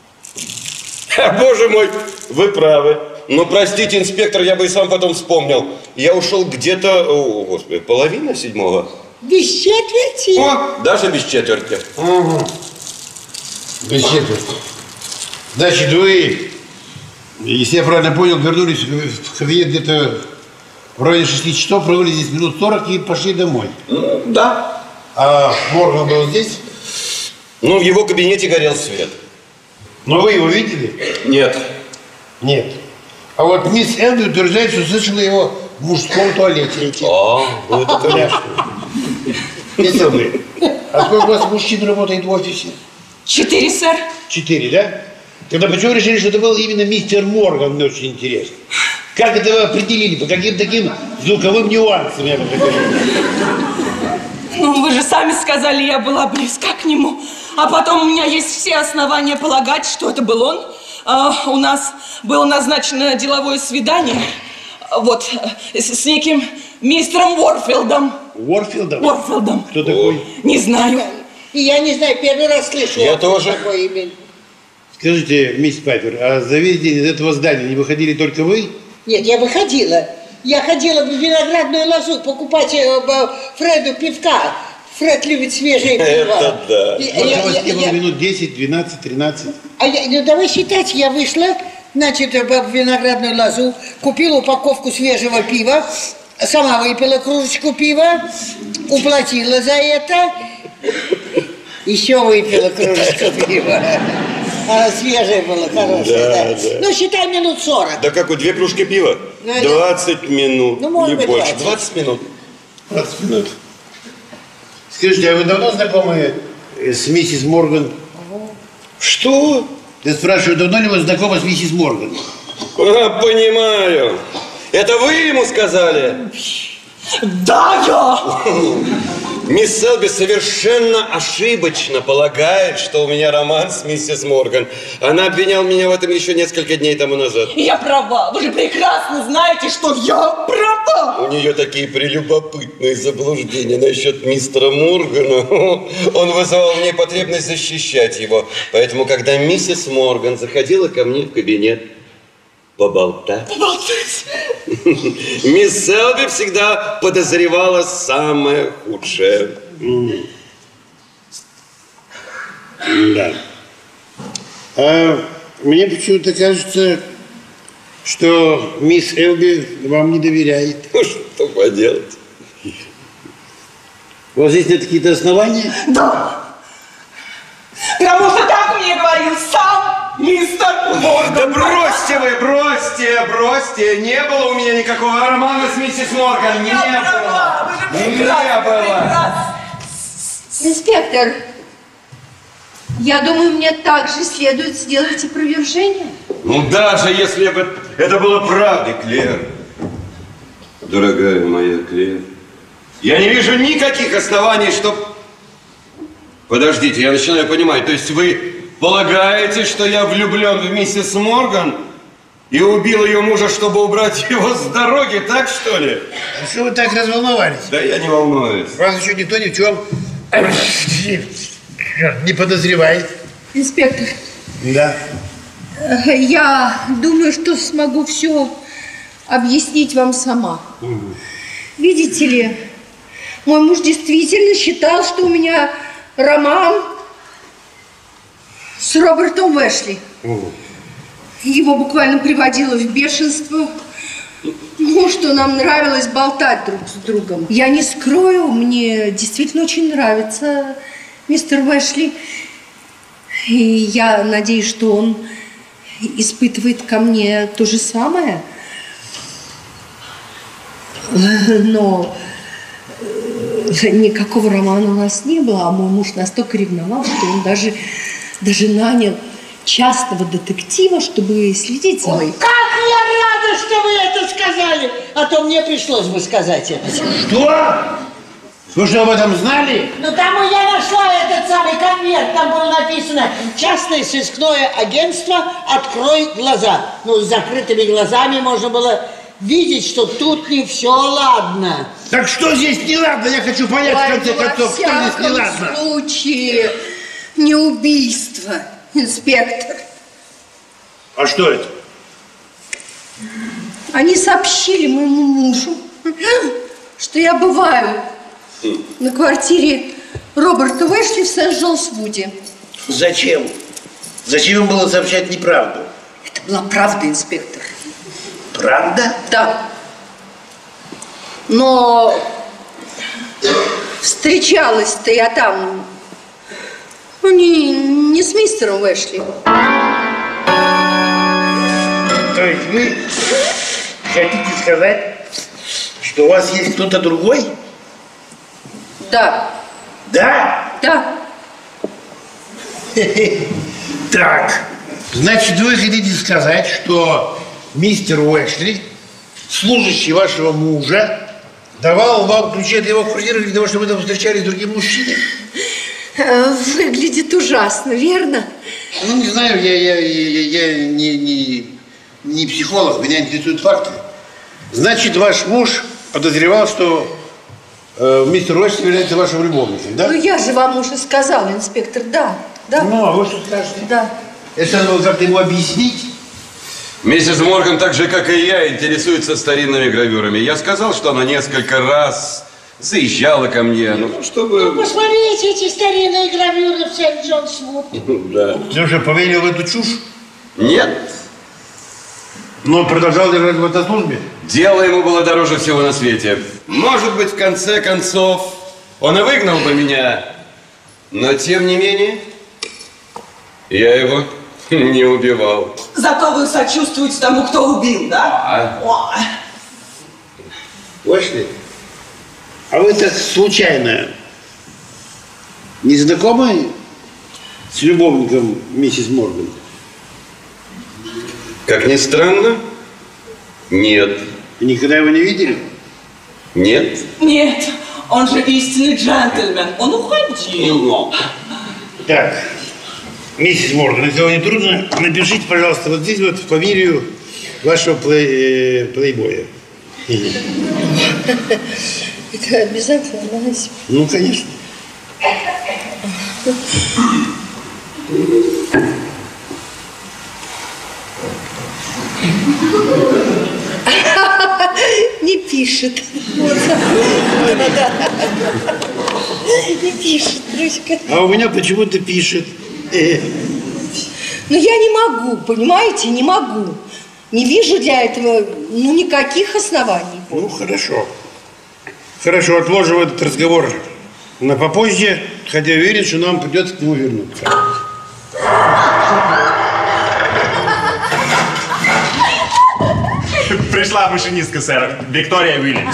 Боже мой, вы правы. Но простите, инспектор, я бы и сам потом вспомнил. Я ушел где-то, о, господи, половина седьмого. Без четверти. О, даже без четверти. Угу. Без четверти. Значит, вы, если я правильно понял, вернулись в кабинет где-то в районе шести часов, провели здесь минут сорок и пошли домой. Да. А Морган был здесь? Ну, в его кабинете горел свет. Но вы его видели? Нет. Нет. А вот мисс Элби утверждает, что слышала его в мужском туалете. А, ну это конечно. Мисс Элби, а сколько у вас мужчин работает в офисе? Четыре, сэр. Четыре, да? Тогда почему решили, что это был именно мистер Морган? Мне очень интересно. Как это вы определили? По каким таким звуковым нюансам, я бы так сказал? Ну, вы же сами сказали, я была близка к нему. А потом у меня есть все основания полагать, что это был он. А, у нас было назначено деловое свидание. Вот, с, с неким мистером Уорфилдом. Уорфилдом? Уорфилдом. Кто такой? Не знаю. И я не знаю, первый раз слышу. Я тоже. Такое имя. Скажите, мисс Пайпер, а за весь день из этого здания не выходили только вы? Нет, я выходила. Я ходила в виноградную лозу покупать э, б- Фреду пивка. Фред любит свежее пиво. Это да. И- Вот я- у вас я- не было я- минут десять, двенадцать, тринадцать. А я, ну, давай считать, я вышла, значит, в виноградную лозу, купила упаковку свежего пива, сама выпила кружечку пива, уплатила за это, еще выпила кружечку пива. А свежее было, хорошее, Да, да. да. Ну, считай, минут сорок. Да какой, две кружки пива? Ну, это- двадцать минут, Ну, может не быть, больше. двадцать. двадцать минут. двадцать минут. Скажите, а вы давно знакомы э, с миссис Морган? Что? Я спрашиваю, давно ли вы знакомы с миссис Морган? А, понимаю. Это вы ему сказали? Да, я. Мисс Селби совершенно ошибочно полагает, что у меня роман с миссис Морган. Она обвиняла меня в этом еще несколько дней тому назад. Я права. Вы же прекрасно знаете, что я права. У нее такие прелюбопытные заблуждения насчет мистера Моргана. Он вызывал в ней потребность защищать его. Поэтому, когда миссис Морган заходила ко мне в кабинет поболтать, Поболтать. мисс Селби всегда подозревала самое худшее. Да. А мне почему-то кажется, что мисс Элби вам не доверяет. Ну, что поделать? У вас есть на это какие-то основания? Да. Потому что так мне говорил сам мистер Морган. Да бросьте вы, бросьте, бросьте. Не было у меня никакого романа с миссис Морган. Не Я права. Вы же Не прекрасно, было. прекрасно. Инспектор, я думаю, мне также следует сделать опровержение. Ну, даже если бы это было правдой, Клер. Дорогая моя Клер, я не вижу никаких оснований, что... Подождите, я начинаю понимать. То есть вы полагаете, что я влюблен в миссис Морган и убил ее мужа, чтобы убрать его с дороги, так что ли? А что вы так разволновались? Да я не волнуюсь. Вас еще никто ни в чем не подозревает. Инспектор, Да. э, я думаю, что смогу все объяснить вам сама. Видите ли, мой муж действительно считал, что у меня роман с Робертом Уэшли. Его буквально приводило в бешенство. Ну, что нам нравилось болтать друг с другом. Я не скрою, мне действительно очень нравится мистер Уэшли. И я надеюсь, что он испытывает ко мне то же самое. Но э, никакого романа у нас не было, а мой муж настолько ревновал, что он даже, даже нанял частного детектива, чтобы следить за мной. Как я рада, что вы это сказали! а то мне пришлось бы сказать это. Что? Вы что, об этом знали? Ну, там я нашла этот самый конверт, там было написано «Частное сыскное агентство, открой глаза». Ну, с закрытыми глазами можно было видеть, что тут не все ладно. Так что здесь не ладно? Я хочу понять, в конце концов, что здесь не ладно. В всяком случае, не убийство, инспектор. А что это? Они сообщили моему мужу, что я бываю на квартире Роберта Уэшли в Сент-Джонс-Вуде. Зачем? Зачем им было сообщать неправду? Это была правда, инспектор. Правда? Да. Но встречалась-то я там, ну, не, не с мистером Уэшли. То есть вы хотите сказать, что у вас есть кто-то другой? Да. Да? Да. Так, значит, вы хотите сказать, что мистер Уэшли, служащий вашего мужа, давал вам ключи от его квартиры для того, чтобы вы там встречались с другим мужчиной? Выглядит ужасно, верно? Ну, не знаю, я, я, я, я не, не, не психолог, меня интересуют факты. Значит, ваш муж подозревал, что э, мистер Уэшли является вашим любовником, да? Ну, я же вам уже сказала, инспектор, да. Да. Ну, а вы что скажете? Да. Это надо было как-то ему объяснить? Миссис Морган, так же, как и я, интересуется старинными гравюрами. Я сказал, что она несколько раз заезжала ко мне, ну, чтобы... Ну, посмотрите эти старинные гравюры в Сент-Джонс-Вуд. Да. Ты уже поверил в эту чушь? Нет. Но продолжал держать в этой службе? Дело ему было дороже всего на свете. Может быть, в конце концов, он и выгнал бы меня. Но, тем не менее, я его не убивал. Зато вы сочувствуете тому, кто убил, да? А? Уэшли, а вы так случайно не знакомы с любовником миссис Морган? Как ни странно, нет. Никогда его не видели? Нет. Нет, он же истинный джентльмен. Он уходил. Так, миссис Морган, если вам не трудно, напишите, пожалуйста, вот здесь вот фамилию вашего плей, э, плейбоя. Это обязательно надо. Ну, конечно. Не пишет. Не пишет, дружка. А у меня почему-то пишет. Но я не могу, понимаете, не могу. Не вижу для этого, ну, никаких оснований. Ну, хорошо. Хорошо, отложим этот разговор на попозже, хотя уверен, что нам придется к нему вернуться. Пришла машинистка, сэр. Виктория Уильямс.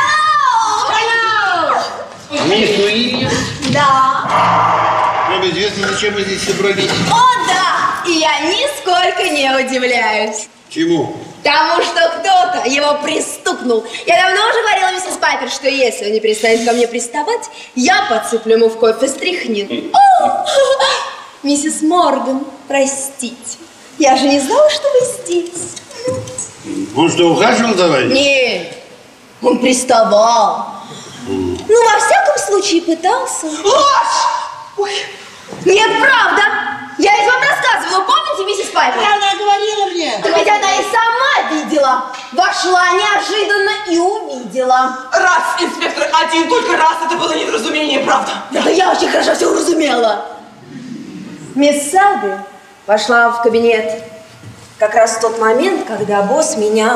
Мисс Уильямс? Да. Вам известно, зачем мы здесь собрались? О, да! И я нисколько не удивляюсь. Чему? Тому, что кто-то его пристукнул. Я давно уже говорила миссис Пайпер, что если он не перестанет ко мне приставать, я подсыплю ему в кофе стряхнин. О! Миссис Морган, простите. Я же не знала, что вы здесь. Он что, ухаживал за вами? Нет, он приставал. Ну, во всяком случае, пытался. Ложь! Ой. Нет, правда. Я ведь вам рассказывала, помните, миссис Пайпер? Она говорила мне. Так ведь она и сама видела. Вошла неожиданно и увидела. Раз, инспектор, один только раз, это было недоразумение, правда? Да, я очень хорошо все уразумела. Мисс Селби вошла в кабинет как раз в тот момент, когда босс меня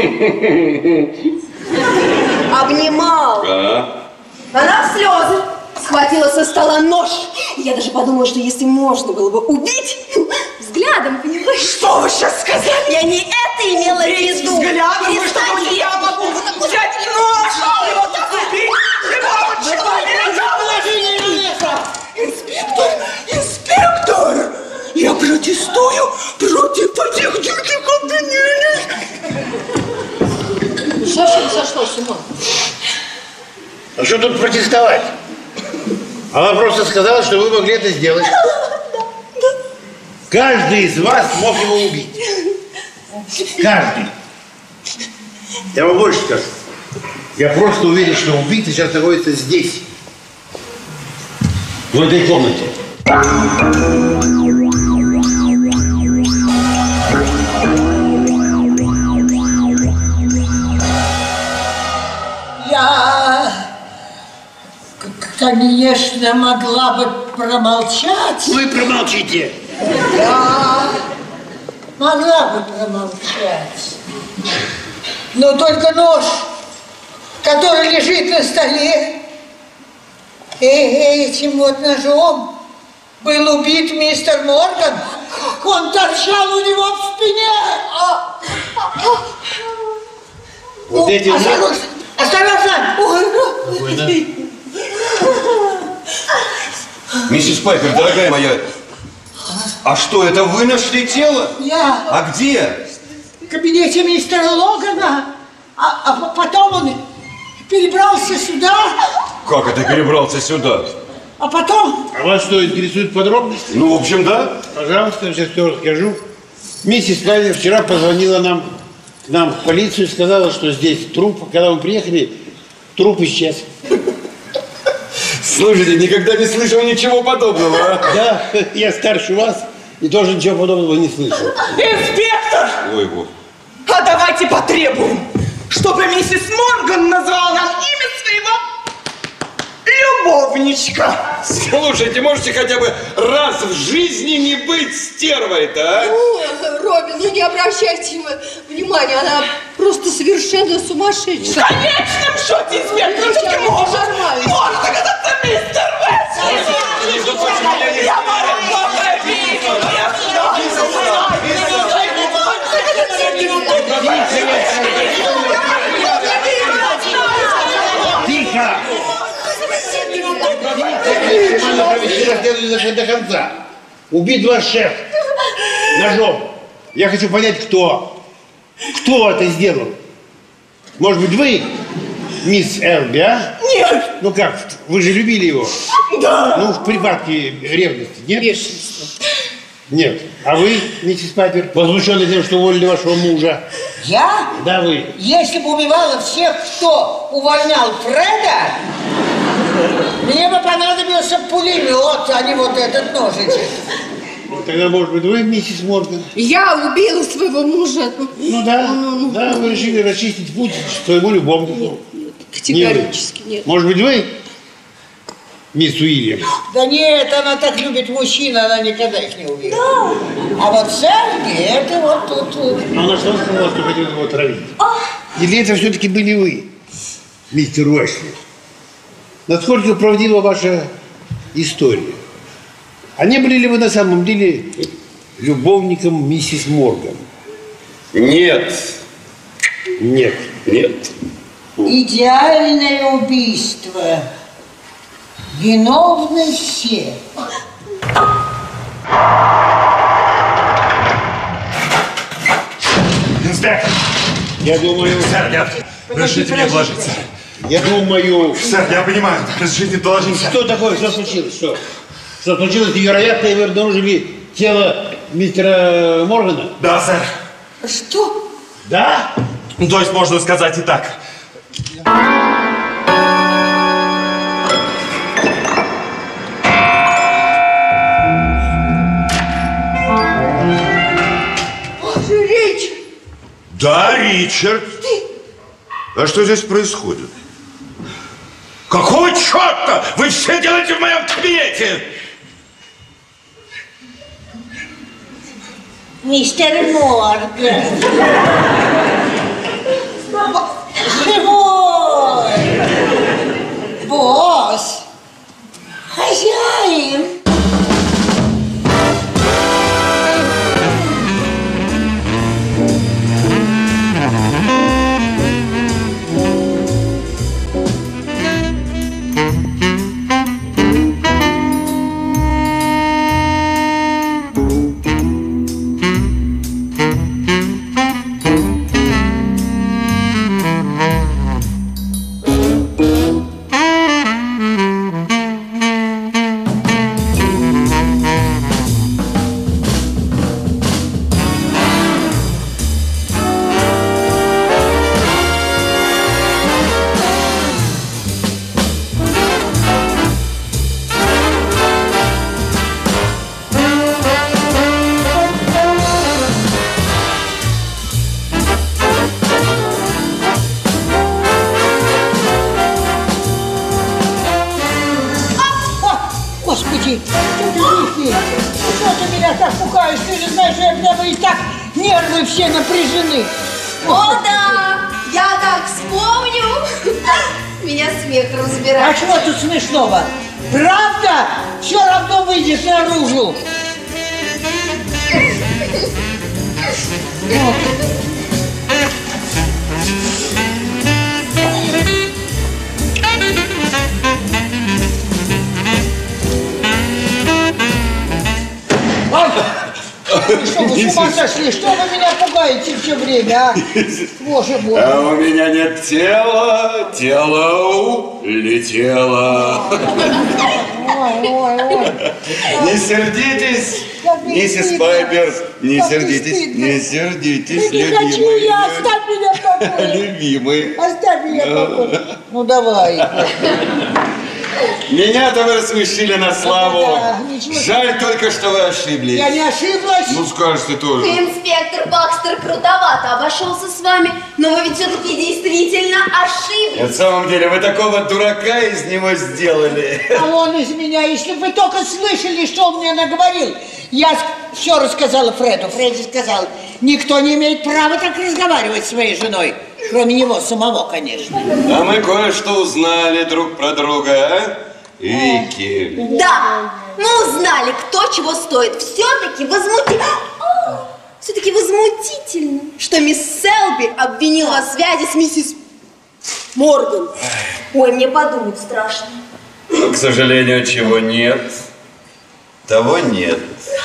обнимал. А? Она в слезы схватила со стола нож. Я даже подумала, что если можно было бы убить взглядом, понимаешь? Что вы сейчас сказали? Я не это имела в Убить виду. взглядом? Вы что, Перестаньте. я могу взять нож и вот так убить живого человека? Инспектор, инспектор, я протестую против этих диких кабинетов. За сошла с ума. А что тут протестовать? Она просто сказала, что вы могли это сделать. Каждый из вас мог его убить. Каждый. Я вам больше скажу. Я просто уверен, что убийца сейчас находится здесь. В этой комнате. Я, конечно, могла бы промолчать. Вы промолчите. Я могла бы промолчать. Но только нож, который лежит на столе, и этим вот ножом был убит мистер Морган. Он торчал у него в спине. Вот эти... Осторожно! Осторожно! Ой, да. Миссис Пайпер, дорогая моя, а что, это вы нашли тело? Я А где? в кабинете мистера Логана, а, а потом он перебрался сюда, Как это перебрался сюда? а потом... А вас что, интересуют подробности? Ну, в общем, да. Пожалуйста, сейчас все расскажу. Миссис Пайпер вчера позвонила нам, к нам в полицию, сказала, что здесь труп. Когда мы приехали, труп исчез. Слушайте, никогда не слышал ничего подобного, а? Да, я старше вас и тоже ничего подобного не слышал. Инспектор! Ой, вот. А давайте потребуем, чтобы миссис Морган назвала нам имя своего любовничка. Слушайте, можете хотя бы раз в жизни не быть стервой-то, а? Ну, Робин, ну не обращайте внимания, она просто совершенно сумасшедшая. В конечном счете, инспектор, все-таки может, может оказаться мистер Уэсли. Я мороженое вижу, но я Тихо! Расследование до конца. Убит ваш шеф ножом. Я хочу понять, кто. Кто это сделал? Может быть, вы, мисс Элби, а? Нет. Ну как, вы же любили его? Да. Ну, в припадке ревности, нет? Бешенство. Нет. А вы, миссис Пайпер, возмущенный тем, что уволили вашего мужа? Я? Да, вы. Если бы убивала всех, кто увольнял Фреда, мне бы понадобился пулемет, а не вот этот ножичек. Тогда, может быть, вы, миссис Морган? Я убила своего мужа. Ну да, да, вы решили расчистить путь своему любовнику. Нет, категорически Не нет. Может быть, вы, мисс Уильям? Да нет, она так любит мужчин, она никогда их не убьет. Да. А вот Сэрги, это вот тут... вот. Но она что сказала, что хотела его отравить? Или это все-таки были вы, мистер Уэсли? Насколько правдива ваша история? А не были ли вы на самом деле любовником миссис Морган? Нет. Нет. Нет. Идеальное убийство. Виновны все. Инспектор! Я думаю... Сэр, я... Разрешите мне доложиться. Я думаю... Сэр, я понимаю, разрешите доложиться. Что такое? Что случилось? Что? Что случилось? Невероятно, вы обнаружили тело мистера Моргана? Да, сэр. Что? Да? Ну, то есть можно сказать и так. Боже, Ричард! Да, Ричард. А что здесь происходит? Какого черта вы все делаете в моем кабинете? Мистер Морган. Живой. Босс. Хозяин. знаешь, ты же знаешь, что я прямо и так нервы все напряжены. О, да! Я как вспомню, меня смех разбирает. А чего тут смешного? Правда? Все равно выйдешь наружу. Что вы с ума сошли? Что вы меня пугаете все время, а? Боже мой. А у меня нет тела, тело улетело. Ой, ой, ой. Не сердитесь, миссис Пайпер, не сердитесь, не сердитесь, Не хочу любимый. я, оставь меня в покое. Любимый. Оставь меня в покое. Ну давай. Меня-то вы рассмешили на славу. Да, ничего. Жаль только, что вы ошиблись. Я не ошиблась. Ну, скажете тоже. Инспектор Бакстер крутовато обошелся с вами, но вы ведь все-таки действительно ошиблись. На самом деле, вы такого дурака из него сделали. А он из меня, если бы вы только слышали, что он мне наговорил. Я все рассказала Фреду. Фредди сказал, никто не имеет права так разговаривать с своей женой. Кроме него самого, конечно. А мы кое-что узнали друг про друга, а? Вики. Да, мы узнали, кто чего стоит. Все-таки возмути... Все-таки возмутительно, что мисс Селби обвинила в связи с миссис Морган. Ой, мне подумать страшно. Но, к сожалению, чего нет, того нет.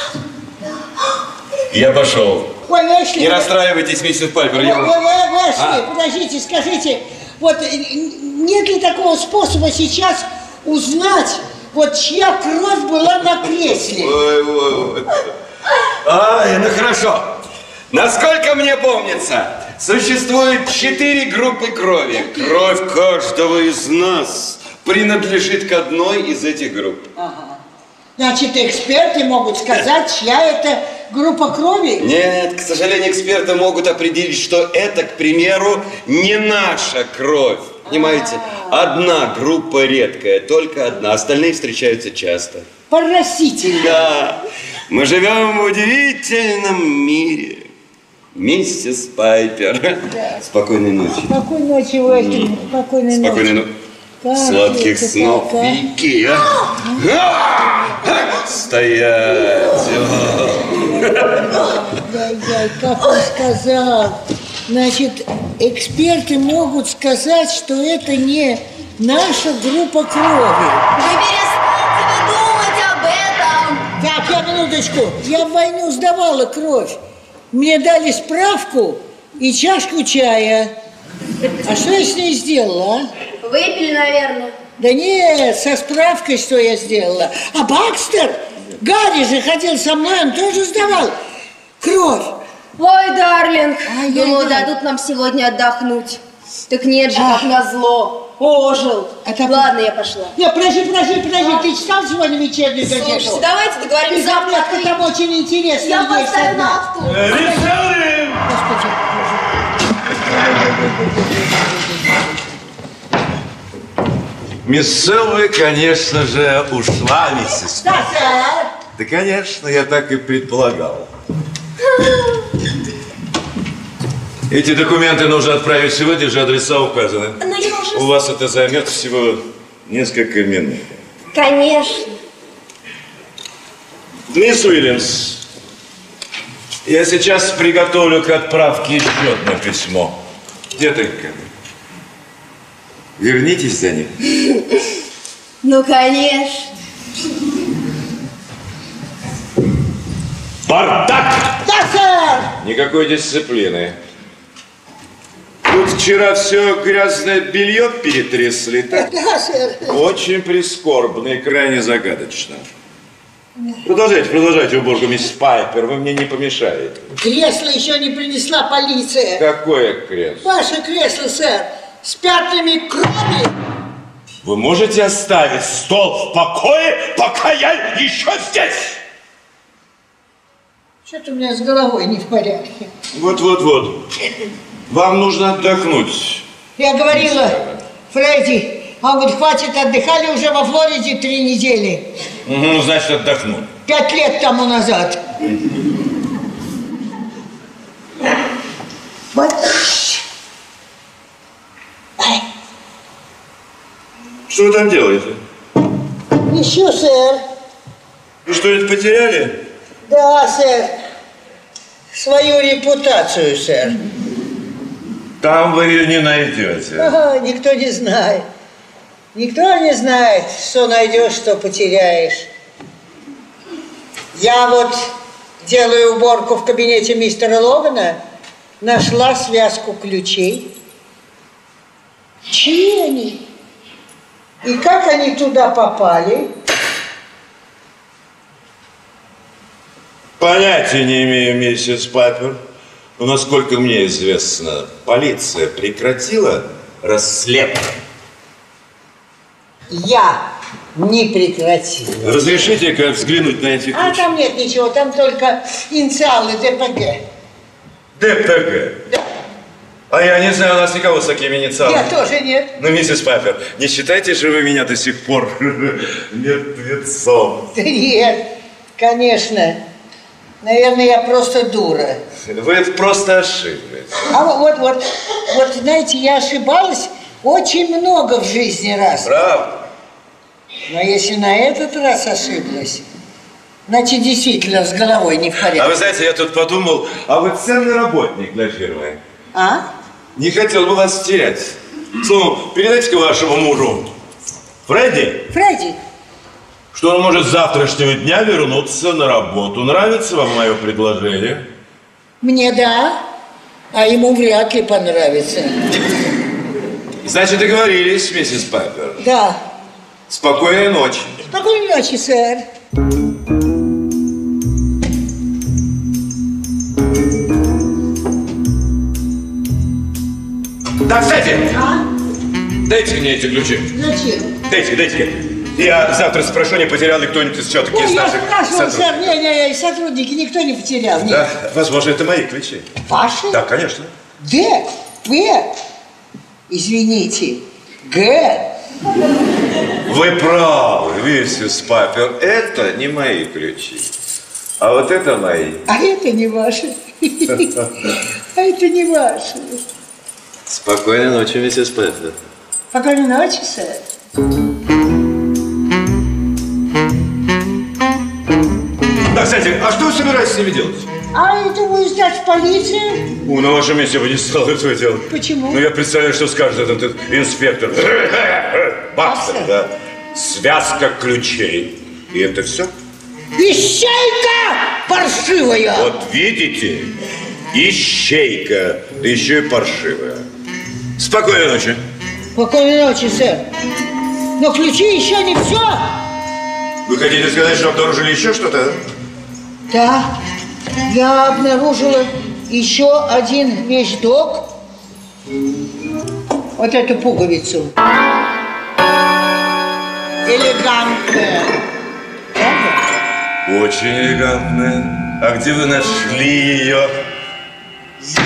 Я пошел. Ой, Эшли, Не расстраивайтесь, миссис Пайпер. Я... Ой, ой, ой, Эшли, А. подождите, скажите, вот э, нет ли такого способа сейчас узнать, вот чья кровь была на кресле? Ой, ой, ой. Ай, ну хорошо. Насколько мне помнится, существует четыре группы крови. Кровь каждого из нас принадлежит к одной из этих групп. Ага. Значит, эксперты могут сказать, чья это группа крови? Нет, к сожалению, эксперты могут определить, что это, к примеру, не наша кровь. Понимаете? Одна группа редкая, только одна. Остальные встречаются часто. Поразительно. Да, мы живем в удивительном мире. Миссис Пайпер. Да. Спокойной ночи. Спокойной ночи, Эшли. Спокойной ночи. Спокойной ночи. Как Сладких это снов, так, а? Вики. А? А! Стоять. Ай-яй, как он сказал. Значит, эксперты могут сказать, что это не наша группа крови. Вы перестаньте вы думать об этом. Так, я минуточку. Я в войну сдавала кровь. Мне дали справку и чашку чая. А что я с ней сделала, а? Выпили, наверное. Да нет, со справкой, что я сделала. А Бакстер, Гарри же ходил со мной, он тоже сдавал кровь. Ой, Дарлинг, Ай-яй-яй. думаю, дадут нам сегодня отдохнуть. Так нет же, А. как назло. Ожил. Это- Ладно, я пошла. Нет, подожди, подожди, подожди, ты читал сегодня вечернюю газету? Слушайте, давайте Ты договоримся завтра. заметка, там очень интересно. Я есть поставлю одна. на авто. Господи, Мисс Селви, конечно же, ушла, миссис. да, сэр. Да, конечно, я так и предполагал. Эти документы нужно отправить сегодня же, адреса указаны. Но я уже... У вас это займет всего несколько минут. Конечно. Мисс Уильямс, я сейчас приготовлю к отправке еще одно письмо. Детонька, вернитесь за ним. Ну, конечно. Бардак! Да, сэр. Никакой дисциплины. Тут вчера все грязное белье перетрясли, так? Да, сэр. Очень прискорбно и крайне загадочно. Продолжайте, продолжайте уборку, мисс Пайпер, вы мне не помешаете. Кресло еще не принесла полиция. Какое кресло? Ваше кресло, сэр, с пятнами крови. Вы можете оставить стол в покое, пока я еще здесь? Что-то у меня с головой не в порядке. Вот-вот-вот. Вам нужно отдохнуть. Я говорила, Фредди, а он говорит, хватит, отдыхали уже во Флориде три недели. Угу, значит, отдохнуть. Пять лет тому назад. Что вы там делаете? Ищу, сэр. Вы что, это потеряли? Да, сэр. Свою репутацию, сэр. Там вы ее не найдете. Ага, никто не знает. Никто не знает, что найдешь, что потеряешь. Я вот делаю уборку в кабинете мистера Логана, нашла связку ключей. Чьи они? И как они туда попали? Понятия не имею, миссис Пайпер. Но, насколько мне известно, полиция прекратила расследование. Я не прекратила. Разрешите-ка взглянуть на эти ключи? А там нет ничего, там только инициалы ДПГ. ДПГ? Да. А я не знаю, у нас никого с такими инициалами. Я тоже нет. Ну, миссис Пайпер, не считайте же вы меня до сих пор мертвецом. Да нет, конечно. Наверное, я просто дура. Вы это просто ошиблись. А вот, вот, вот, знаете, я ошибалась очень много в жизни раз. Правда? Но если на этот раз ошиблась, значит, действительно с головой не в порядке. А вы знаете, я тут подумал, а вы ценный работник для фирмы. А? Не хотел бы вас терять. Словом, передайте-ка вашему мужу, Фредди, Фредди, что он может с завтрашнего дня вернуться на работу. Нравится вам мое предложение? мне да, а ему вряд ли понравится. Значит, договорились, миссис Пайпер. Да. Спокойной ночи. Спокойной ночи, сэр. Да, кстати, А? дайте мне эти ключи. Зачем? Дайте, дайте. Я завтра спрошу, не потерял ли кто-нибудь из все-таки Ой, из я наших спрашивал, сэр, сотрудников. не-не-не, сотрудники никто не потерял, нет. Да, возможно, это мои ключи. Ваши? Да, конечно. Д, П, извините, Г. Вы правы, миссис Пайпер, это не мои ключи. А вот это мои. А это не ваши. А это не ваши. Спокойной ночи, миссис Пайпер. Спокойной ночи, сэр. Да, кстати, а что вы собираетесь с ними делать? А это вы сдать в полицию? Ну, на вашем месте я бы не стал этого делать. Почему? Ну, я представляю, что скажет этот, этот инспектор. Бакстер, да. Связка ключей. И это все? Ищейка паршивая! Вот видите? Ищейка. Да еще и паршивая. Спокойной ночи. Спокойной ночи, сэр. Но ключи еще не все. Вы хотите сказать, что обнаружили еще что-то? Да, я обнаружила еще один вещдок. Вот эту пуговицу. Элегантная. Правда? Очень элегантная. А где вы нашли ее? Здесь.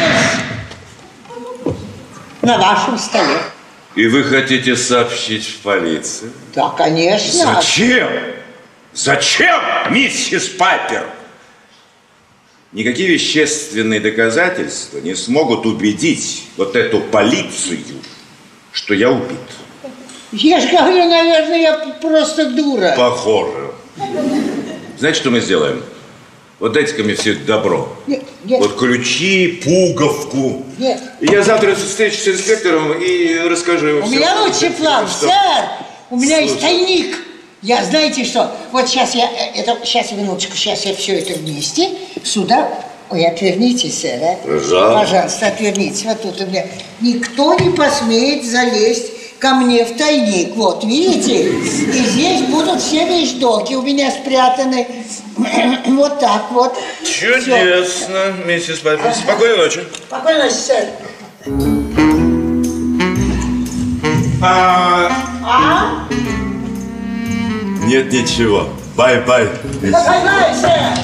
На вашем столе. И вы хотите сообщить в полицию? Да, конечно. Зачем? Зачем, миссис Пайпер? Никакие вещественные доказательства не смогут убедить вот эту полицию, что я убит. Я же говорю, наверное, я просто дура. Похоже. Знаете, что мы сделаем? Вот дайте-ка мне все это добро. Нет, нет. Вот ключи, пуговку. Нет. И я завтра встречусь с инспектором и расскажу ему У все. меня лучший план, Что? сэр. У меня есть Слушай. тайник. Я, знаете что, вот сейчас я, э, это, сейчас, минуточку, сейчас я все это вместе сюда, ой, отвернитесь, сэр, а? Пожалуйста. Пожалуйста, отвернитесь, вот тут у меня. Никто не посмеет залезть ко мне в тайник, вот, видите? И здесь будут все вещдоки у меня спрятаны, вот так вот. Всё. Чудесно, миссис Пайпер. Спокойной ночи. Спокойной ночи, сэр. А... А? Нет ничего. Бай-бай. Бай-бай, сэр.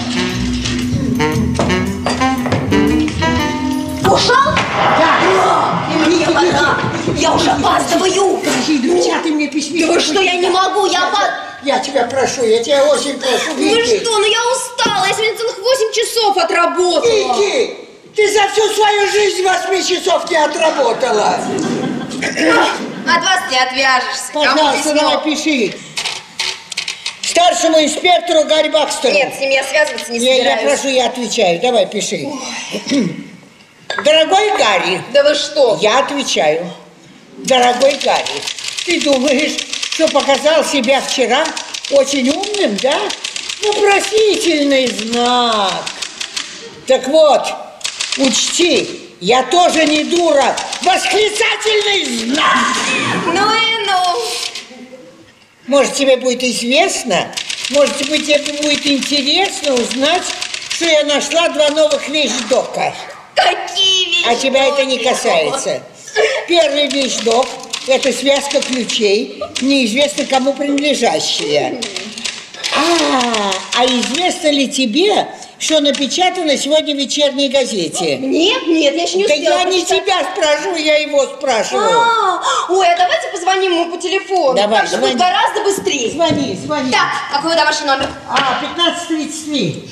Ушел? Да. Мне пора. Я уже опаздываю. Подожди, друзья, ты мне письмо. Да вы что, я не могу, я опаздываю. Я тебя прошу, я тебя очень прошу, Ну Вики. что, ну я устала, я сегодня целых восемь часов отработала. Вики, ты за всю свою жизнь восьми часов не отработала. От вас не отвяжешься. Пожалуйста, давай пиши. Старшему инспектору Гарри Бакстеру. Нет, с ним я связываться не я, собираюсь. Я прошу, я отвечаю. Давай, пиши. Дорогой Гарри. Да вы что? Я отвечаю. Дорогой Гарри, ты думаешь, что показал себя вчера очень умным, да? Вопросительный знак. Так вот, учти, я тоже не дура. Восклицательный знак. Ну и ну. Может, тебе будет известно, может быть, тебе будет интересно узнать, что я нашла два новых вещдока. Какие вещдоки? А тебя это не касается. Первый вещдок – это связка ключей, неизвестно кому принадлежащая. А, а известно ли тебе, что напечатано сегодня в вечерней газете? Нет, нет, я еще не да успела. Да я не тебя спрашиваю, я его спрашиваю. А, ой, а давайте позвоним ему по телефону. Давай, так же звони. будет гораздо быстрее. Звони, звони. Так, какой домашний номер? А, пятнадцать тридцать три.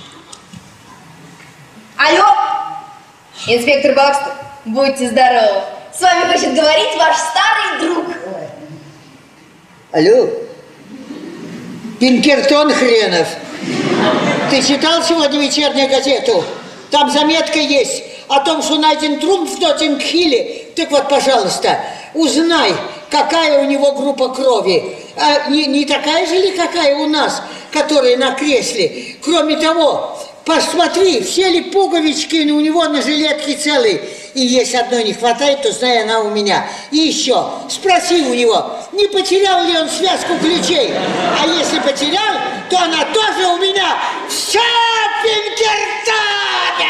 Алло, инспектор Бакстер, будьте здоровы. С вами хочет говорить ваш старый друг. Алло, Пинкертон хренов. Ты читал сегодня вечернюю газету? Там заметка есть о том, что найден труп в Ноттинг-Хилле. Так вот, пожалуйста, узнай, какая у него группа крови. А не, не такая же ли, какая у нас, которая на кресле? Кроме того, посмотри, все ли пуговички у него на жилетке целые. И если одной не хватает, то знай, она у меня. И еще, спроси у него, не потерял ли он связку ключей. А если потерял, то она тоже у меня. Все, Пинкертоне!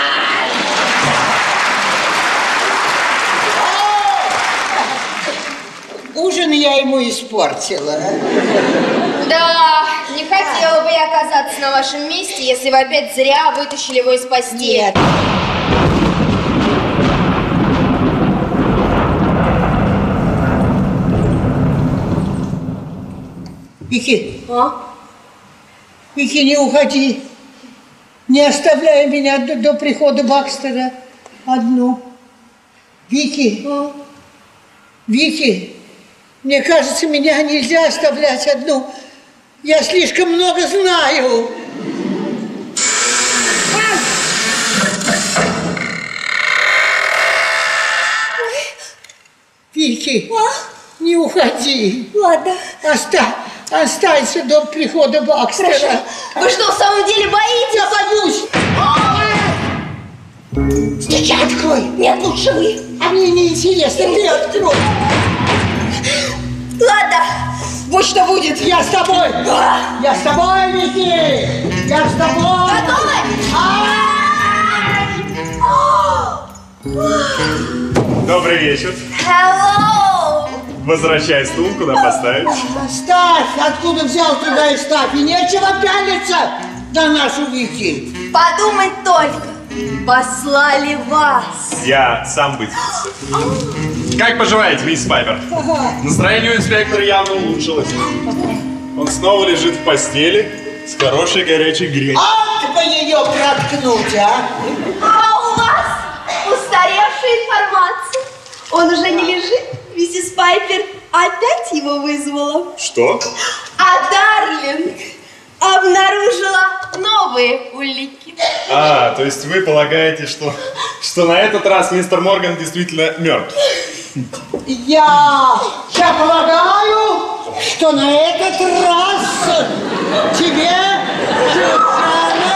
Ужин я ему испортила. Да, не хотела бы я оказаться на вашем месте, если вы опять зря вытащили его из постели. Нет. Вики, А? Вики, не уходи. Не оставляй меня до, до прихода Бакстера одну. Вики, А? Вики, мне кажется, меня нельзя оставлять одну. Я слишком много знаю. Вики, А? не уходи. Ладно. Оставь. Останься до прихода Бакстера. Хорошо. Вы что, в самом деле боитесь? Я боюсь. Стучи, открой. Нет, лучше вы. А мне неинтересно, ты открой. Ладно, вот что будет. Я с тобой. Да. Я с тобой, Вики. Я с тобой. Готовы? Добрый вечер. Hello. Возвращай стул, куда поставить. Ставь, откуда взял, туда и ставь. И нечего пялиться на нашу Вики. Подумать только. Послали вас. Я сам выспался. Как поживаете, мисс Пайпер? Ага. Настроение у инспектора явно улучшилось. Он снова лежит в постели с хорошей горячей гречей. Ах, бы ее проткнуть, а? А у вас устаревшая информация. Он уже не лежит. Миссис Пайпер опять его вызвала. Что? А Дарлинг обнаружила новые улики. А, то есть вы полагаете, что, что на этот раз мистер Морган действительно мертв? Я, я полагаю, что на этот раз тебе, Сюзанна,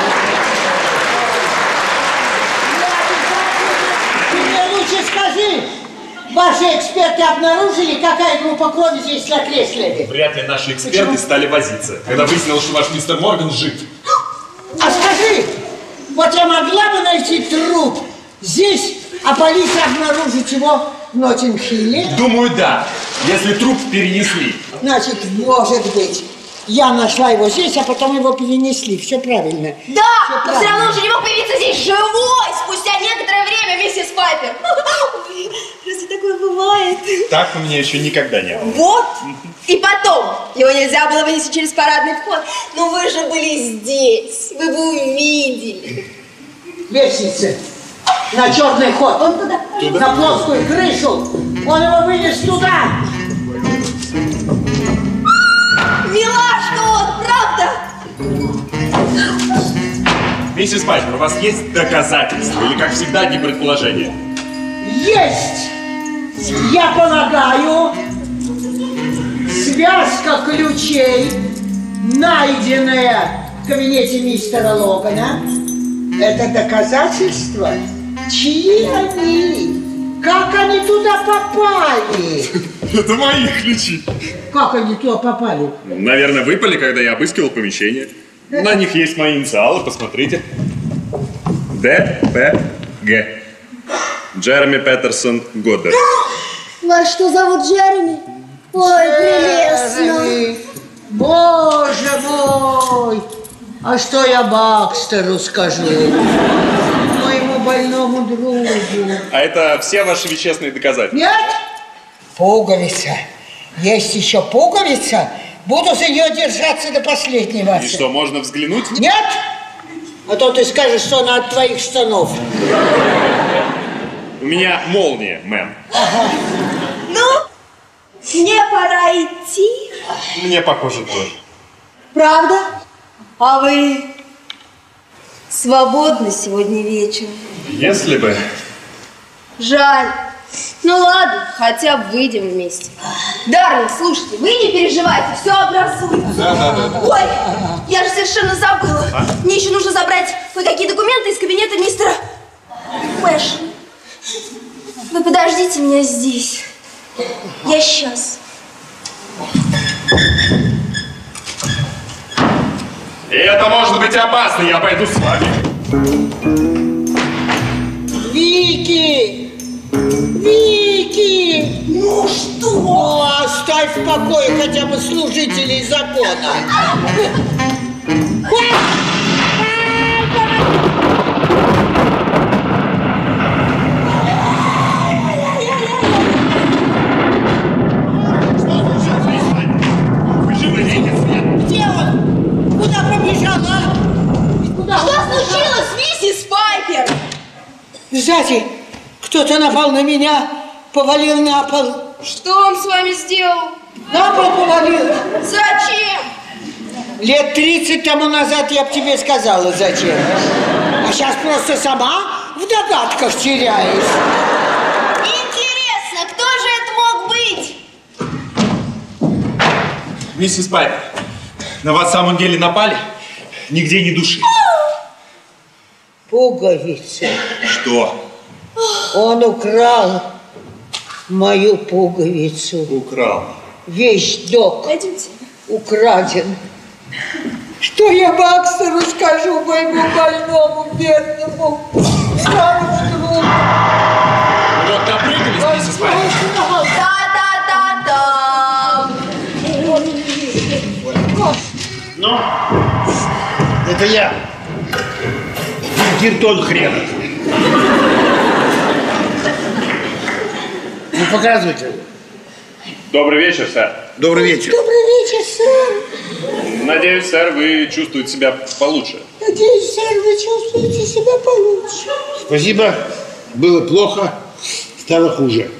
ты мне лучше скажи, ваши эксперты обнаружили, какая группа крови здесь на кресле? Вряд ли наши эксперты Почему? стали возиться, когда выяснилось, что ваш мистер Морган жив. А скажи, вот я могла бы найти труп здесь, а полиция обнаружит его в Ноттинг-Хилле? Думаю, да, если труп перенесли. Значит, может быть, я нашла его здесь, а потом его перенесли. Все правильно. Да, все но правильно. все равно он же не мог появиться здесь живой спустя некоторое время, миссис Пайпер. Разве такое бывает? Так у меня еще никогда не было. Вот. И потом, его нельзя было вынести через парадный вход. Но вы же были здесь, вы бы увидели. Лестница на черный ход, Он туда. на плоскую крышу. Он его вынес туда. Милашка он, правда? Миссис Пайпер, у вас есть доказательства или, как всегда, одни предположения? Есть! Я полагаю, связка ключей, найденная в кабинете мистера Логана, это доказательство, чьи они, как они туда попали. Это мои ключи. Как они туда попали? Наверное, выпали, когда я обыскивал помещение. На них есть мои инициалы, посмотрите. Д П Г. Джереми Петерсон Годдард. Вас что, зовут Джереми? Ой, прелестно. Боже мой! А что я Бакстеру скажу? Моему больному другу. А это все ваши вещественные доказательства? Нет? Пуговица. Есть еще пуговица. Буду за нее держаться до последнего. И что, можно взглянуть? Нет? А то ты скажешь, что она от твоих штанов. У меня молния, мэм. Ага. Ну, мне пора идти. Мне похоже тоже. Правда? А вы свободны сегодня вечером? Если бы. Жаль. Ну ладно, хотя бы выйдем вместе. Дарлинг, слушайте, вы не переживайте, все образуется. Да, да, да, да. Ой, я же совершенно забыла. А? Мне еще нужно забрать кое-какие документы из кабинета мистера Мэш. Вы подождите меня здесь. Я сейчас. И это может быть опасно, я пойду с вами. Вики! Вики! Ну что? Ну, оставь в покое хотя бы служителей закона. Где он? Куда побежал, а? Куда? Что случилось, миссис Пайпер? Сзади кто-то напал на меня, повалил на пол. Что он с вами сделал? На пол повалил. Зачем? Лет тридцать тому назад я бы тебе сказала, зачем. А сейчас просто сама в догадках теряюсь. Интересно, кто же это мог быть? Миссис Пайпер, на вас в самом деле напали? Нигде ни души. Пуговицы. Что? Он украл мою пуговицу. Украл. Вещдок. Пойдемте. Украден. Что я Бакстеру скажу, моему больному, бедному, старому другу? Вот допрыгались, миссис Пайпер? Да-да-да-да. Ну, это я. Гиртон хрена. Ну, показывайте. Добрый вечер, сэр. Добрый вечер. Добрый вечер, сэр. Надеюсь, сэр, вы чувствуете себя получше. Надеюсь, сэр, вы чувствуете себя получше. Спасибо. Было плохо, стало хуже.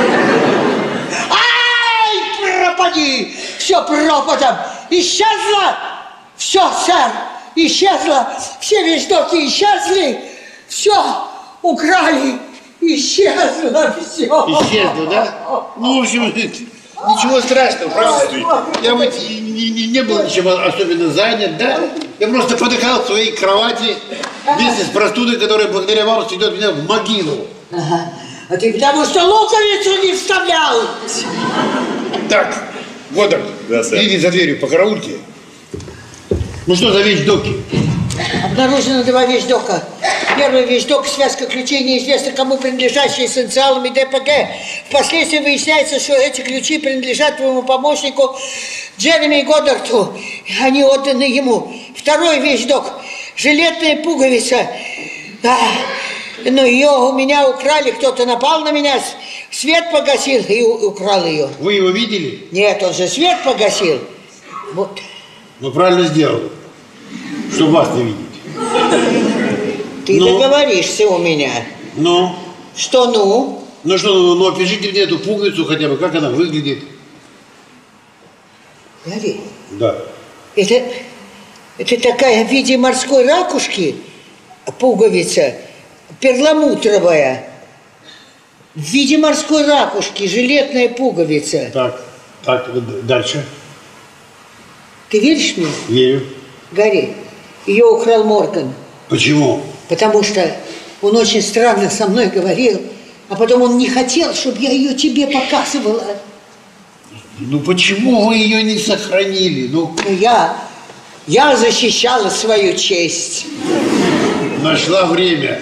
Ай, пропади! Все пропадом. Исчезло. Все, сэр, исчезло. Все вещдоки исчезли. Все украли. Исчезло все. Исчезло, да? Ну, в общем, ничего страшного, правда? Я вот не, не, не был ничем особенно занят, да? Я просто подыхал в своей кровати вместе с простудой, которая благодаря вам сведет меня в могилу. Ага. А ты потому что луковицу не вставлял. Так, Годдард, Да, сэр. иди за дверью по караульке. Ну что за вещдоки? Обнаружено два вещдока. Первый вещдок – связка ключей, неизвестно кому принадлежащие с инициалами Д П Г. Впоследствии выясняется, что эти ключи принадлежат твоему помощнику Джереми Годдарту. Они отданы ему. Второй вещдок – жилетная пуговица. А, но ее у меня украли, кто-то напал на меня, свет погасил и украл ее. Вы его видели? Нет, он же свет погасил. Вот. Ну, правильно сделал, чтобы вас не видеть. Ты Ну? договоришься у меня. Ну? Что ну? Ну что, ну, ну опишите мне эту пуговицу хотя бы, как она выглядит. Гарри, Да. это, это такая в виде морской ракушки пуговица, перламутровая. В виде морской ракушки, жилетная пуговица. Так, так, дальше. Ты веришь мне? Верю. Гарри, ее украл Морган. Почему? Потому что он очень странно со мной говорил, а потом он не хотел, чтобы я ее тебе показывала. Ну почему вы ее не сохранили? Ну, Ну, я, я защищала свою честь. нашла время.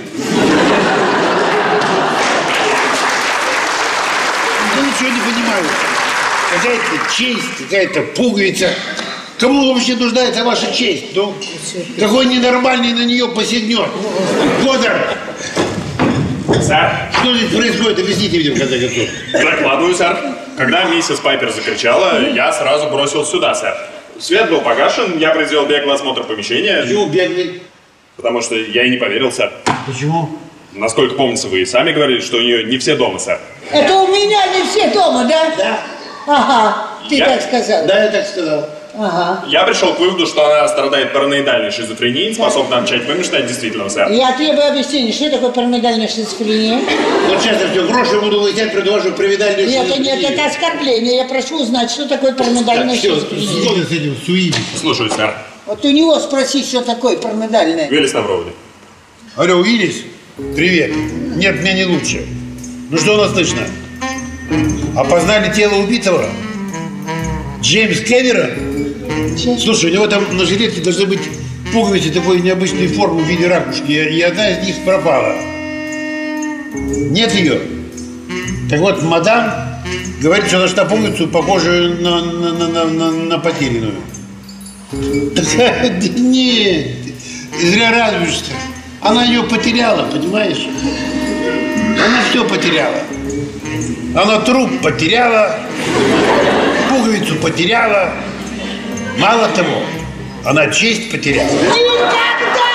Я ничего не понимаю. Какая-то честь, какая-то пуговица. Кому вообще нужна эта ваша честь? Ну, какой ненормальный на нее посягнет? Годдар! Сэр? Что здесь происходит? Объясните мне, в конце концов. Докладываю, сэр. Когда миссис Пайпер закричала, я сразу бросил сюда, сэр. Свет был погашен, я произвел беглый осмотр помещения. Почему беглый? Потому что я и не поверил, сэр. Почему? Насколько помнится, вы и сами говорили, что у нее не все дома, сэр. Это у меня не все дома, да? Да. Ага, ты Я- так сказал. Да, я так сказал. Ага. Я пришел к выводу, что она страдает параноидальной шизофренией, способна начать вымышлять действительно, сэр. Я требую объяснения, что такое параноидальная шизофрения? Вот сейчас я все гроши буду выяснять, предложу провидальную Нет, шизофрению. нет, это оскорбление. Я прошу узнать, что такое параноидальная Так, все, шизофрения. сходи с этим суиди. Слушаю, сэр. Вот у него спроси, что такое параноидальное. Виллис на проводе. Алло, Уиллис? Привет. Нет, мне не лучше. Ну что у нас слышно? Опознали тело убитого? Джеймс Кэмерон? Слушай, у него там на жилетке должны быть пуговицы такой необычной формы в виде ракушки, и одна из них пропала. Нет ее? Так вот, мадам говорит, что нашла пуговицу, похожую на, на, на, на, на, на потерянную. Так, нет, зря радуешься. Она ее потеряла, понимаешь? Она все потеряла. Она труп потеряла, пуговицу потеряла. Мало того, она честь потеряла. Никогда!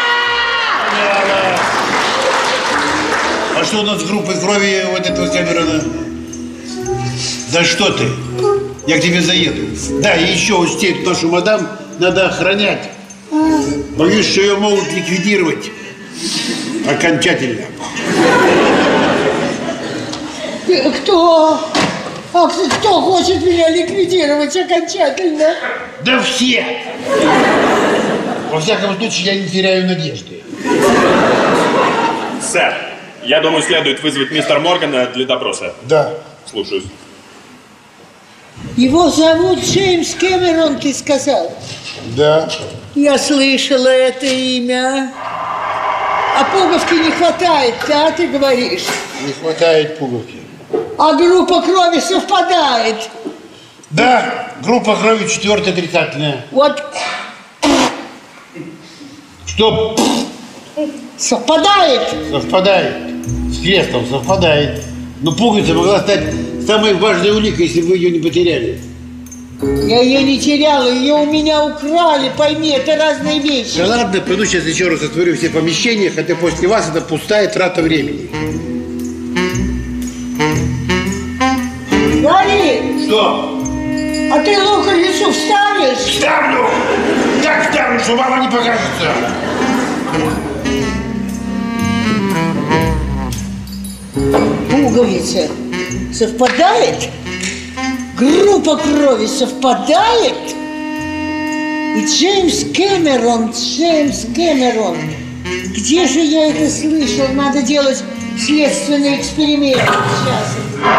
А что у нас с группой крови вот этого Кэмерона? Да что ты? Я к тебе заеду. Да, и еще устеть нашу мадам надо охранять. Боюсь, что ее могут ликвидировать окончательно. Кто? А кто хочет меня ликвидировать окончательно? Да все! Во всяком случае, я не теряю надежды. Сэр, я думаю, следует вызвать мистера Моргана для допроса. Да. Слушаюсь. Его зовут Джеймс Кэмерон, ты сказал? Да. Я слышала это имя. А пуговки не хватает, да, ты говоришь? Не хватает пуговки. А группа крови совпадает. Да, группа крови четвертая отрицательная. Вот Что? совпадает. Совпадает. С крестом совпадает. Но пуговица могла стать самой важной уликой, если бы вы ее не потеряли. Я ее не теряла, ее у меня украли, пойми, это разные вещи. Да ладно, пойду сейчас еще раз отворю все помещения, хотя после вас это пустая трата времени. Гарри, Что? а ты луковицу вставишь? Ставлю! Так ставлю, что мама не покажется. Пуговица совпадает? Группа крови совпадает? И Джеймс Кэмерон, Джеймс Кэмерон. Где же я это слышал? Надо делать следственный эксперимент сейчас.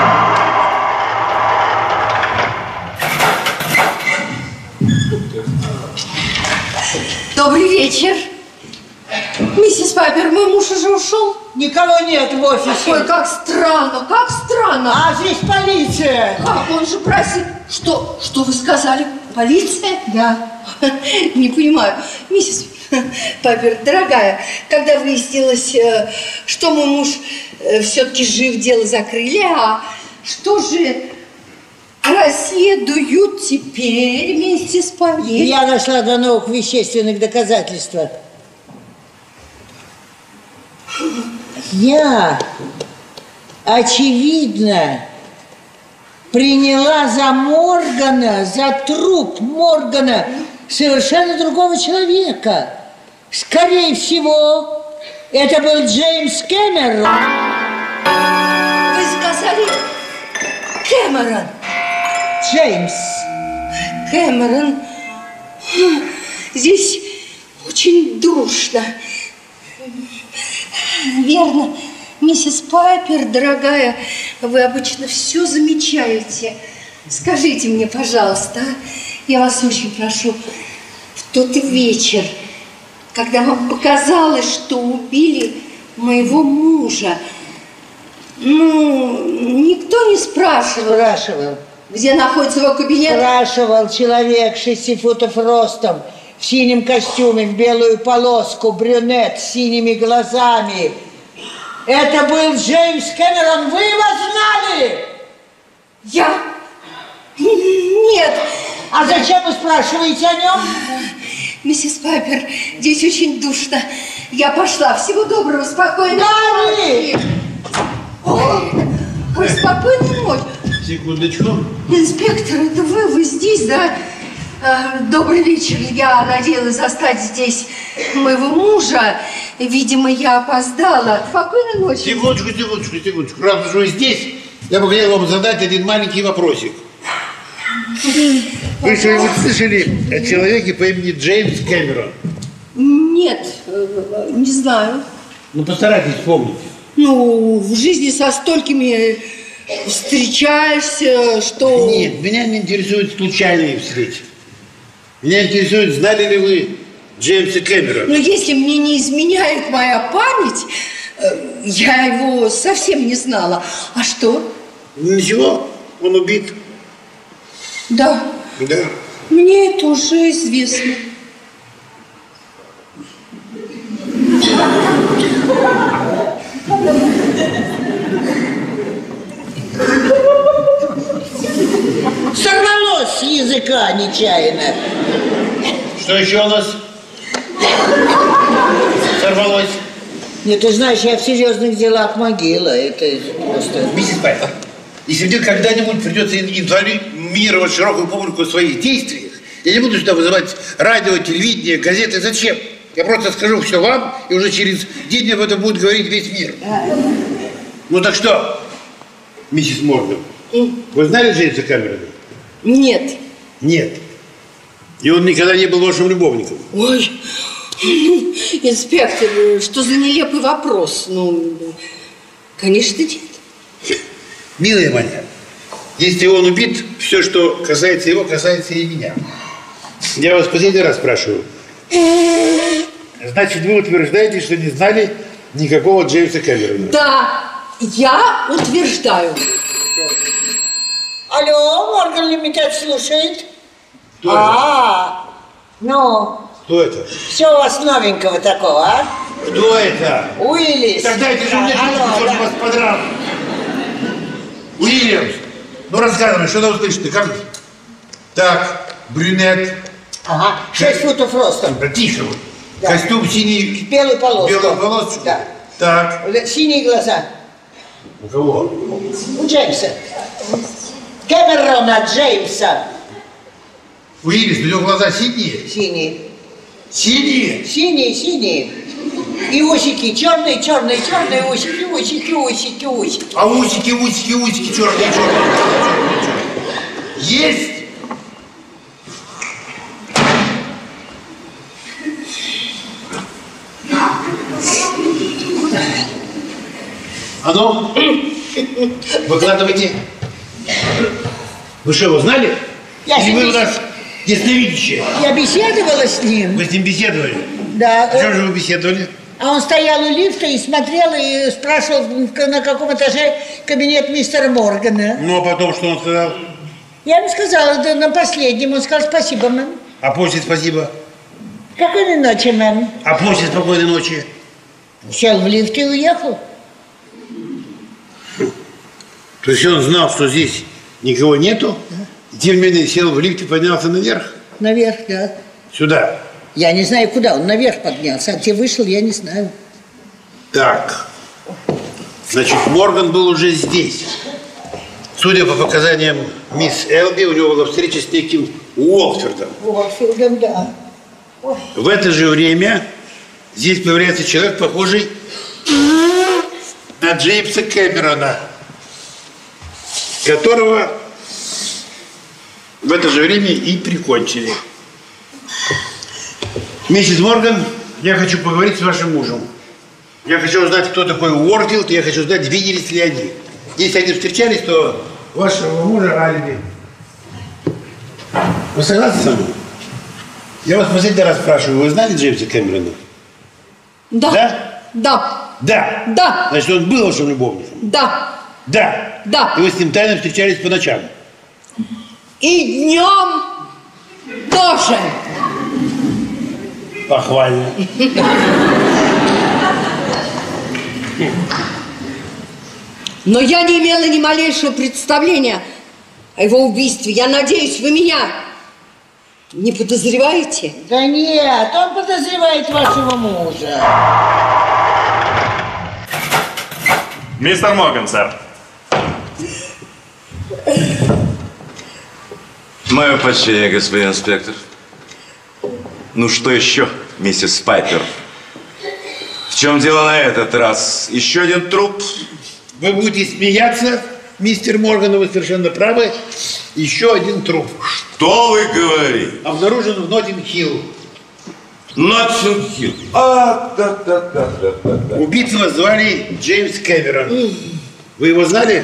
Добрый вечер. Миссис Пайпер, мой муж уже ушел? Никого нет в офисе. Ой, как странно, как странно. А здесь полиция. Как он же просит? Что, что вы сказали? Полиция? Да. Не понимаю. Миссис Пайпер, дорогая, когда выяснилось, э, что мой муж э, все-таки жив, дело закрыли, а что же расследуют теперь вместе с Пайпером? Я нашла два новых вещественных доказательства. Я очевидно, приняла за Моргана, за труп Моргана совершенно другого человека. Скорее всего, это был Джеймс Кэмерон. Вы сказали Кэмерон. Джеймс. Кэмерон. Здесь очень душно. Верно, миссис Пайпер, дорогая, вы обычно все замечаете. Скажите мне, пожалуйста, я вас очень прошу, в тот вечер, когда вам показалось, что убили моего мужа, ну, никто не спрашивал, Спрашивал. где находится его кабинет? Спрашивал человек шести футов ростом, в синем костюме, в белую полоску, брюнет с синими глазами. Это был Джеймс Кэмерон. Вы его знали? Я? Нет. А зачем вы спрашиваете о нем? Миссис Пайпер, здесь очень душно. Я пошла. Всего доброго, спокойной Гарри! ночи. Ой, ой, спокойной ночи. Секундочку. Инспектор, это вы, вы здесь, да? А, добрый вечер. Я надеялась застать здесь моего мужа. Видимо, я опоздала. Спокойной ночи. Секундочку, секундочку, секундочку. Раз уж вы здесь, я бы хотел вам задать один маленький вопросик. Вы что-нибудь слышали о человеке по имени Джеймс Кэмерон? Нет, не знаю. Ну, постарайтесь вспомнить. Ну, в жизни со столькими встречаешься, что... Нет, меня не интересуют случайные встречи. Меня интересует, знали ли вы Джеймса Кэмерона? Но если мне не изменяет моя память, я его совсем не знала. А что? Ничего, он убит. Да. Да. Мне это уже известно. Сорвалось с языка нечаянно. Что еще у нас сорвалось? Нет, ты знаешь, я в серьезных делах могила. Это просто... Миссис Пайпер, если мне когда-нибудь придется информировать широкую публику о своих действиях, я не буду сюда вызывать радио, телевидение, газеты. Зачем? Я просто скажу все вам, и уже через день об этом будет говорить весь мир. Ну так что, миссис Морган, вы знали Джеймса Кэмерона? Нет. Нет. И он никогда не был вашим любовником? Ой, инспектор, что за нелепый вопрос? Ну, конечно, нет. Милая моя, если он убит, все, что касается его, касается и меня. Я вас последний раз спрашиваю. Значит, вы утверждаете, что не знали никакого Джеймса Кэмерона? Да, я утверждаю. Алло, Морган Лимитед слушает. Кто А, ну, Кто это? все у вас новенького такого, а? Кто это? Уиллис. Тогда это же мне Алло, кто да. вас подрал. Уильямс, ну рассказывай, что там слышишь? Ты как? Так, брюнет. Ага, шесть футов ростом. Да, тихо. Да. Костюм синий. Белую полоску. Белую полоску? Да. Так. Синие глаза. У кого? У Джеймса. Кэмерона Джеймса. Уиллис, у него глаза синие? Синие. Синие? Синие, синие. И усики черные, черные, черные усики, усики, усики, усики. А усики, усики, усики, черные, черные. Есть? А ну, выкладывайте. Вы что, его знали? Я Или вы с у ним- нас ясновидящие? Я беседовала с ним. Вы с ним беседовали? Да. О чем же вы беседовали? А он стоял у лифта и смотрел, и спрашивал, на каком этаже кабинет мистера Моргана. Ну, а потом что он сказал? Я ему сказала, да, на последнем. Он сказал, спасибо, мэм. А после спасибо. Спокойной ночи, мэм. А после спокойной ночи. Сел в лифт и уехал. То есть он знал, что здесь никого нету, и тем не менее сел в лифт и поднялся наверх? Наверх, да. Сюда. Я не знаю, куда он наверх поднялся, а где вышел, я не знаю. Так. Значит, Морган был уже здесь. Судя по показаниям мисс Элби, у него была встреча с неким Уолфордом. Уолфордом, да. Ой. В это же время здесь появляется человек, похожий на Джеймса Кэмерона, которого в это же время и прикончили. Миссис Морган, я хочу поговорить с вашим мужем. Я хочу узнать, кто такой Уорфилд, и я хочу узнать, виделись ли они. Если они встречались, то вашего мужа алиби. Вы согласны со мной? Я вас последний раз спрашиваю, вы знали Джеймса Кэмерона? Да. Да? Да. Да. Да. Значит, он был вашим любовником? Да. Да. Да. И вы с ним тайно встречались по ночам? И днем тоже. Похвально. Но я не имела ни малейшего представления о его убийстве. Я надеюсь, вы меня не подозреваете? Да нет, он подозревает вашего мужа. Мистер Морган, сэр. Мое почтение, господин инспектор. Ну что еще, миссис Пайпер? В чем дело на этот раз? Еще один труп? Вы будете смеяться, мистер Морган, вы совершенно правы. Еще один труп. Что вы говорите? Обнаружен в Ноттинг-Хилл. Ноттинг-Хилл. А, да, да, да, да, да, да. Убийцу звали Джеймс Кэмерон. Вы его знали?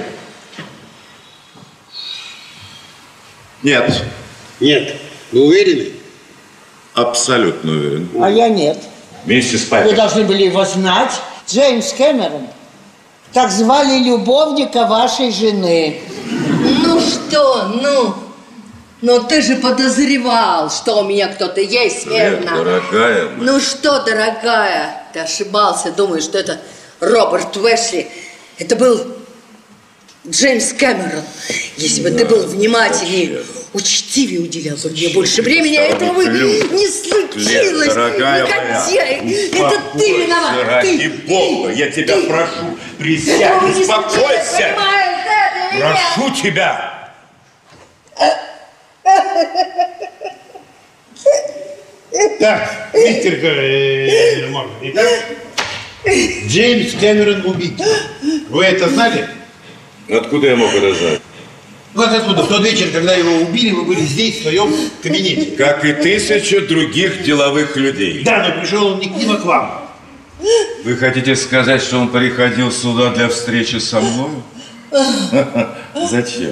Нет. Нет. Вы уверены? Абсолютно уверен. А я нет. Миссис Вы Пайпер. должны были его знать. Джеймс Кэмерон. Так звали любовника вашей жены. Ну что, ну? Но ты же подозревал, что у меня кто-то есть, Нет, верно? дорогая моя. Ну что, дорогая, ты ошибался, думаешь, что это Роберт Уэсли. Это был Джеймс Кэмерон. Если бы Да, ты был внимательнее, зачем? учтивее уделял бы мне больше времени, а этого бы Клюв. не случилось. Клер, дорогая Негодяй. моя, Это ты виноват. ради Ты, Бога, ты, я тебя ты. прошу, Этого присядь, не случилось, успокойся. понимаешь, да, ты меня? Прошу тебя. Так, мистер э, Морган. Итак, Джеймс Кэмерон убит. Вы это знали? Откуда я мог это знать? Ну, как откуда? В тот вечер, когда его убили, вы были здесь, в своем кабинете. Как и тысяча других деловых людей. Да, но пришел он не к ним, а к вам. Вы хотите сказать, что он приходил сюда для встречи со мной? Зачем?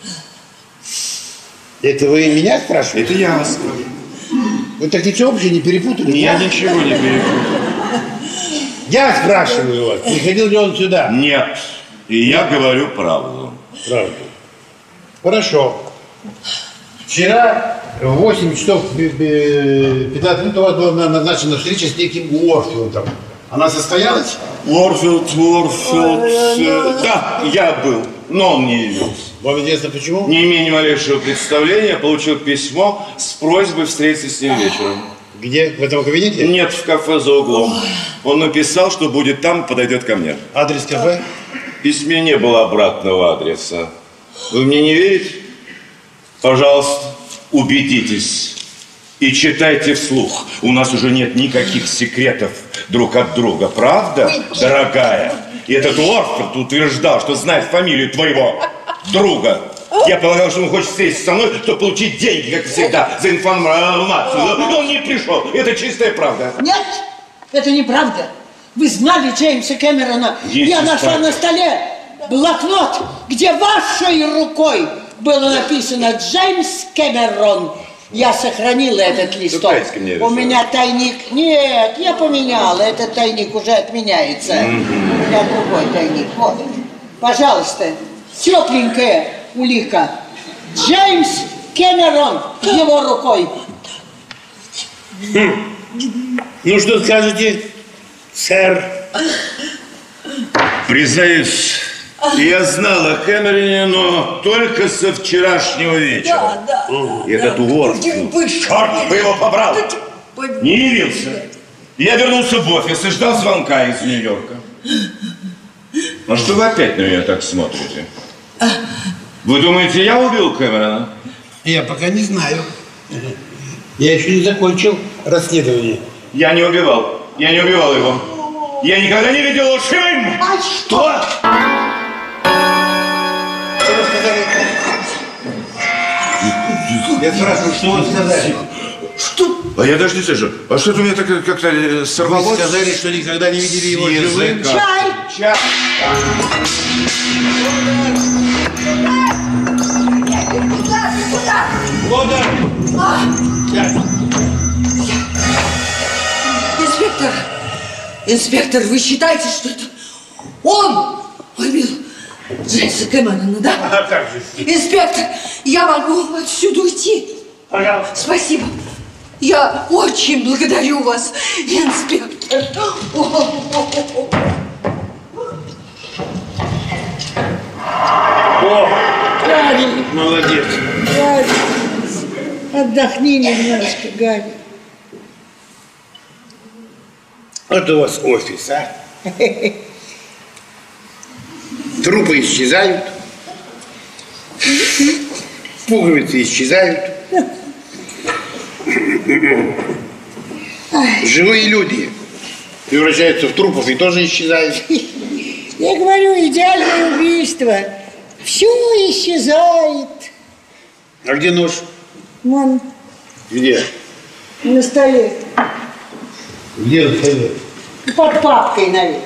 Это вы меня спрашиваете? Это я вас спрашиваю. Вы так ничего вообще не перепутали? Я да? ничего не перепутал. Я спрашиваю вас, приходил ли он сюда? Нет. И я говорю правду. Правда. Хорошо. Вчера в восемь часов пятнадцать минут у вас была назначена встреча с неким Уорфилдом. Она состоялась? Уорфилд, Уорфилд. э, Да, я был, но он не явился. Вам известно почему? Не имея ни малейшего представления, получил письмо с просьбой встретиться с ним вечером. Где? В этом кабинете? Нет, в кафе за углом. Он написал, что будет там, подойдет ко мне. Адрес кафе? В письме не было обратного адреса. Вы мне не верите? Пожалуйста, убедитесь и читайте вслух. У нас уже нет никаких секретов друг от друга, правда, дорогая? И этот Уорфилд утверждал, что знает фамилию твоего друга. Я полагал, что он хочет встретиться со мной, чтобы получить деньги, как всегда, за информацию. Но он не пришел. Это чистая правда. Нет, это неправда. Вы знали Джеймса Кэмерона. Есть Я нашла история. на столе блокнот, где вашей рукой было написано «Джеймс Кэмерон». Я сохранила этот листок. дайте мне У это. меня тайник... Нет, я поменяла. Этот тайник уже отменяется. У меня другой тайник. Вот. Пожалуйста, тепленькая улика. Джеймс Кэмерон его рукой. Ну, что скажете, сэр? Признаюсь, я знал о Кэмероне, но только со вчерашнего вечера. Да, да. И этот Уорфилд, черт бы его побрал, не явился. Я вернулся в офис и ждал звонка из Нью-Йорка. А что вы опять на меня так смотрите? Вы думаете, я убил Кэмерона? Я пока не знаю. Я еще не закончил расследование. Я не убивал. Я не убивал его. Я никогда не видел лживым! А что? Что вы сказали? Я спрашиваю, что вы сказали? Что? А я даже не слышу. А что-то у меня так как-то сорвалось. Вы сказали, что никогда не видели его живым. Чай! Чай! Куда ты, куда? Лодер! А! Сядь. Инспектор, инспектор, вы считаете, что это он убил Джеймса Кэмерона, да? А как же? Инспектор, я могу отсюда уйти? Пожалуйста. Спасибо. Я очень благодарю вас, инспектор. О, Гарри, молодец. Гарри, отдохни немножко, Гарри. Вот у вас офис, а? Трупы исчезают, пуговицы исчезают. Живые люди превращаются в трупов и тоже исчезают. Я говорю, идеальное убийство. Все исчезает. А где нож? Вон, Где? на столе. Где он стоит? Под папкой, наверное.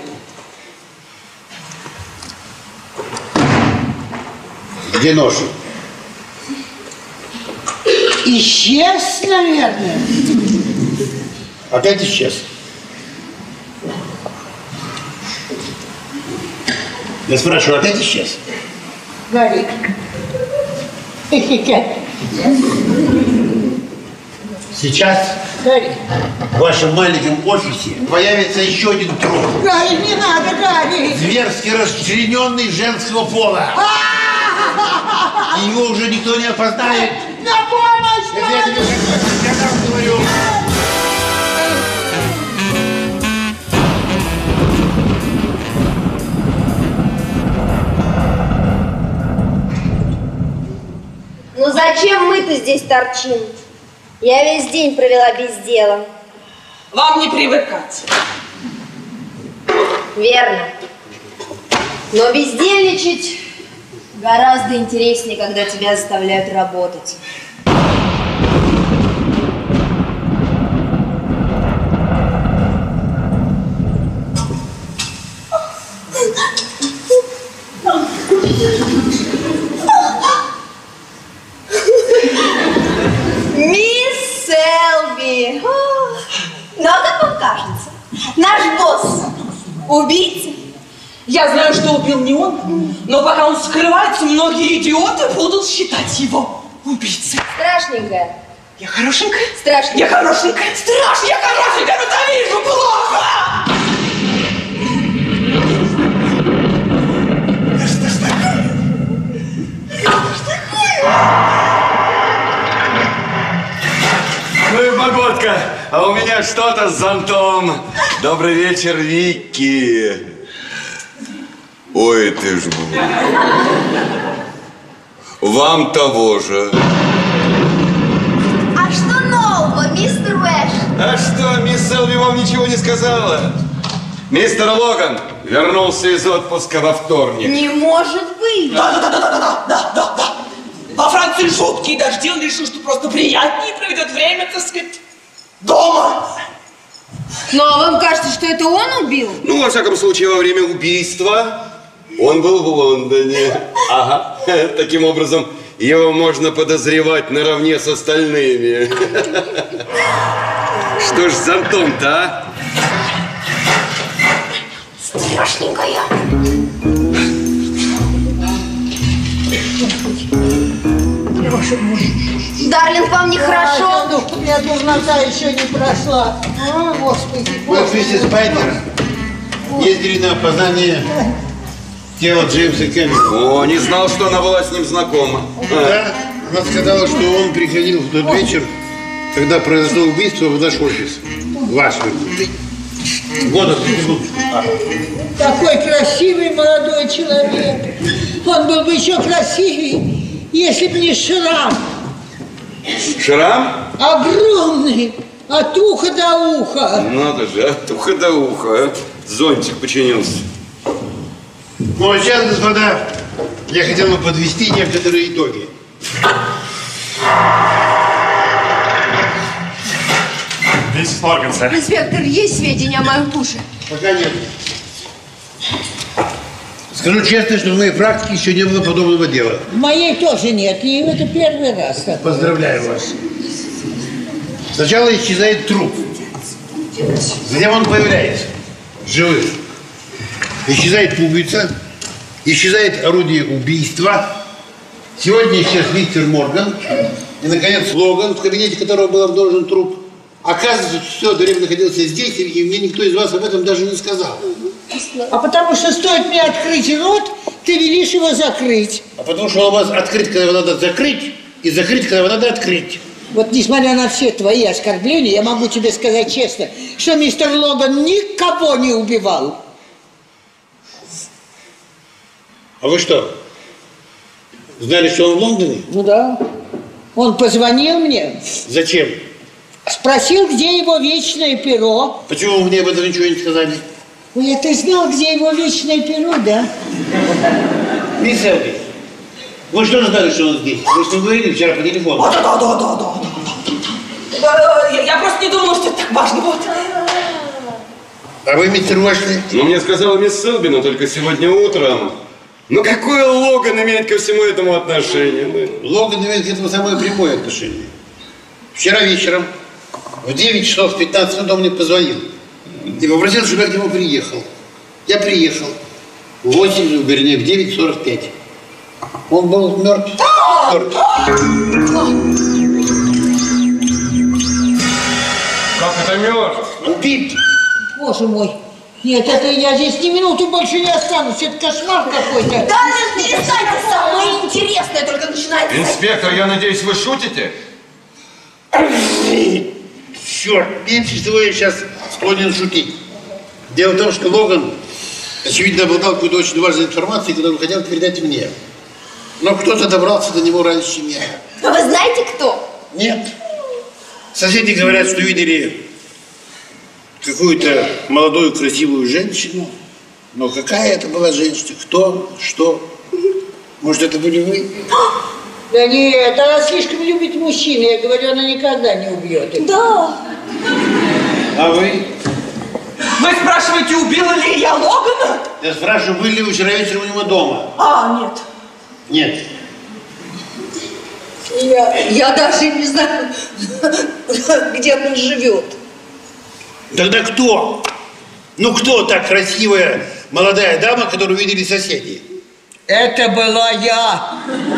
Где нож? Исчез, наверное. Опять исчез. Я спрашиваю, опять исчез? Гарри. Сейчас Гарри. в вашем маленьком офисе появится еще один труп. Гарри, не надо, Гарри. Зверски расчлененный женского пола. И его уже никто не опознает. На помощь! Это я тебе как профессионал говорю. Ну зачем мы-то здесь торчим? Я весь день провела без дела. Вам не привыкать. Верно. Но бездельничать гораздо интереснее, когда тебя заставляют работать. Мисс Селби! Ну а как вам кажется? Наш босс убийца? Я знаю, что убил не он, но пока он скрывается, многие идиоты будут считать его убийцей. Страшненькая. Я хорошенькая? Страшненькая. Я хорошенькая? Страшно, я хорошенькая, но там вижу плохо! Да что ж такое? Что ж такое? Ну и погодка, а у меня что-то с зонтом. Добрый вечер, Вики. Ой, ты ж... Вам того же. А что нового, мистер Уэш? А что, мисс Селби вам ничего не сказала? Мистер Логан вернулся из отпуска во вторник. Не может быть. Да, да, да, да, да, да, да, да. Во Франции жуткие дожди, он решил, что просто приятнее проведет время, так сказать, дома. Ну, а вам кажется, что это он убил? Ну, во всяком случае, во время убийства он был в Лондоне. Ага. Таким образом, его можно подозревать наравне с остальными. Что ж с зонтом-то, а? Страшненькая. Дарлинг, вам нехорошо? Ну, у меня дурнота еще не прошла. О, Господи. Вы с миссис Пайпер ездили на опознание тела Джеймса Кэмерона. О, не знал, что она была с ним знакома. Да, она сказала, что он приходил в тот вечер, когда произошло убийство в наш офис. Ваш офис. Вот он, минуточку. А. Такой красивый молодой человек. Он был бы еще красивее, если бы не шрам. Шрам? Огромный, от уха до уха. Надо же, от уха до уха. А? Зонтик починился. Ну, а сейчас, господа, я хотел бы подвести некоторые итоги. Миссис Морган, сэр. Инспектор, есть сведения о моем муже? Пока нет. Скажу честно, что в моей практике еще не было подобного дела. В моей тоже нет, и это первый раз. Поздравляю вас. Сначала исчезает труп. Затем он появляется. Живым. Исчезает пуговица. Исчезает орудие убийства. Сегодня исчез мистер Морган. И, наконец, Логан, в кабинете которого был обнаружен труп. Оказывается, все это время находился здесь, и мне никто из вас об этом даже не сказал. А потому что стоит мне открыть рот, ты велишь его закрыть. А потому что он у вас открыт, когда его надо закрыть, и закрыть, когда его надо открыть. Вот несмотря на все твои оскорбления, я могу тебе сказать честно, что мистер Логан никого не убивал. А вы что, знали, что он в Лондоне? Ну да. Он позвонил мне. Зачем? Спросил, где его вечное перо. Почему вы мне об этом ничего не сказали? Ой, а ты знал, где его вечное перо, да? Мисс Элби, вы что знали, что он здесь? Вы что говорили вчера по телефону? Да, да, да, да, да, да. Я, я просто не думала, что это так важно. Вот. А вы, мистер Уэшли? Ну, мне сказала мисс Селби, но только сегодня утром. Ну, какой Логан имеет ко всему этому отношение? Логан имеет к этому самое прямое отношение. Вчера вечером в девять часов пятнадцать минут он мне позвонил и попросил, чтобы я к нему приехал. Я приехал в восемь, вернее, в девять сорок пять. Он был мертв. Мертв. Как это мертв? Убит. Боже мой. Нет, это я здесь ни минуту больше не останусь. Это кошмар какой-то. Да, перестаньте, самое интересное только начинается. Инспектор, я надеюсь, вы шутите? Черт, меньше всего я сейчас склонен шутить. Дело в том, что Логан, очевидно, обладал какой-то очень важной информацией, которую хотел передать мне. Но кто-то добрался до него раньше, чем я. А вы знаете, кто? Нет. Соседи говорят, что видели какую-то молодую красивую женщину. Но какая это была женщина? Кто? Что? Может, это были вы? Да нет, она слишком любит мужчин. Я говорю, она никогда не убьет их. Да. А вы? Вы спрашиваете, убила ли я Логана? Я спрашиваю, были ли вы вчера вечером у него дома? А, нет. Нет. Я, я даже не знаю, где он живет. Тогда кто? Ну кто та красивая молодая дама, которую видели соседи? Это была я.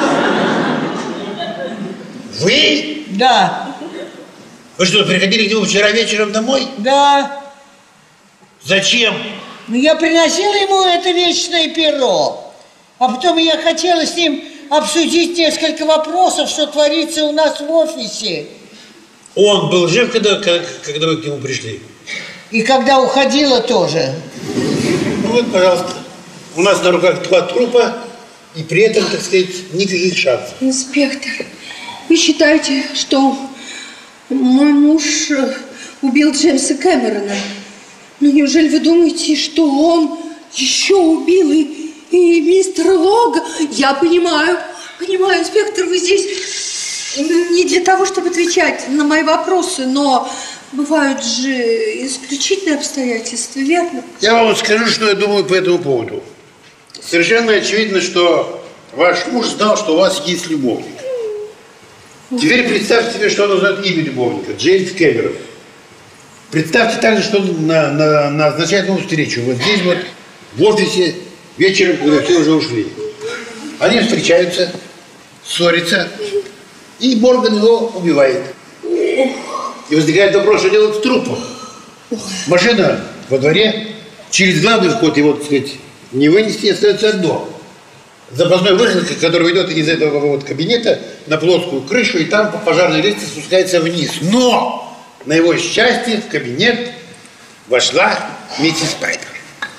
Вы? Да. Вы что, приходили к нему вчера вечером домой? Да. Зачем? Ну, я приносила ему это вечное перо. А потом я хотела с ним обсудить несколько вопросов, что творится у нас в офисе. Он был жив, когда, когда вы к нему пришли? И когда уходила тоже. Ну вот, пожалуйста. У нас на руках два трупа, и при этом, так сказать, никаких шансов. Инспектор, вы считаете, что мой муж убил Джеймса Кэмерона? Ну, неужели вы думаете, что он еще убил и, и мистера Лога? Я понимаю, понимаю, инспектор, вы здесь не для того, чтобы отвечать на мои вопросы, но бывают же исключительные обстоятельства, верно? Я вам скажу, что я думаю по этому поводу. Совершенно очевидно, что ваш муж знал, что у вас есть любовник. Теперь представьте себе, что он узнает имя любовника. Джеймс Кэмерон. Представьте также, что он на, на, назначает ему встречу. Вот здесь вот, в офисе, вечером, когда все уже ушли. Они встречаются, ссорятся, и Морган его убивает. И возникает вопрос, что делать с трупом. Машина во дворе, через главный вход его, так сказать, не вынести, остается одно. Запасной выход, который ведет из этого вот кабинета на плоскую крышу, и там по пожарной лестнице спускается вниз. Но на его счастье в кабинет вошла миссис Пайпер.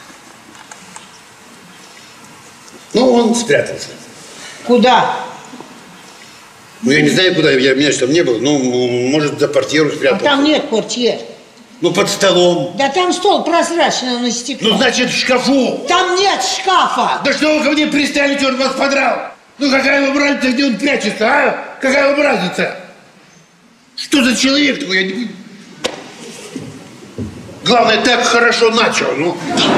Ну, он спрятался. Куда? Ну, я не знаю, куда, я, меня же там не было. Ну, может, за портьеру спрятался. А там нет портьер. Ну, под столом. Да там стол прозрачный на стекле. Ну, значит, в шкафу. Там нет шкафа. Да что вы ко мне пристали, черт вас подрал? Ну, какая вам разница, где он прячется, а? Какая вам разница? Что за человек такой? Я не понимаю. Главное, так хорошо начал, ну.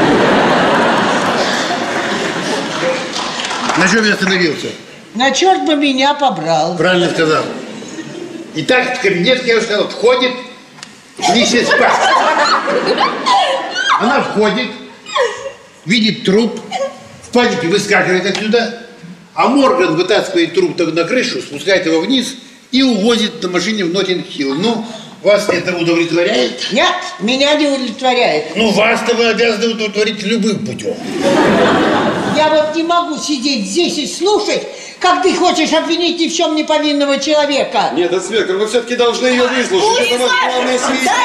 На чем я остановился? На черт бы меня побрал. Правильно сказал. Итак, в кабинет, я уже сказал, входит миссис Пайпер. Она входит, видит труп, в панике выскакивает отсюда, а Морган вытаскивает труп на крышу, спускает его вниз и увозит на машине в Ноттинг-Хилл. Ну, вас это удовлетворяет? Нет, меня не удовлетворяет. Ну, вас-то вы обязаны удовлетворить любым путем. Я вот не могу сидеть здесь и слушать, как ты хочешь обвинить ни в чем не повинного человека. Нет, инспектор, вы все-таки должны ее выслушать. Это ваш главный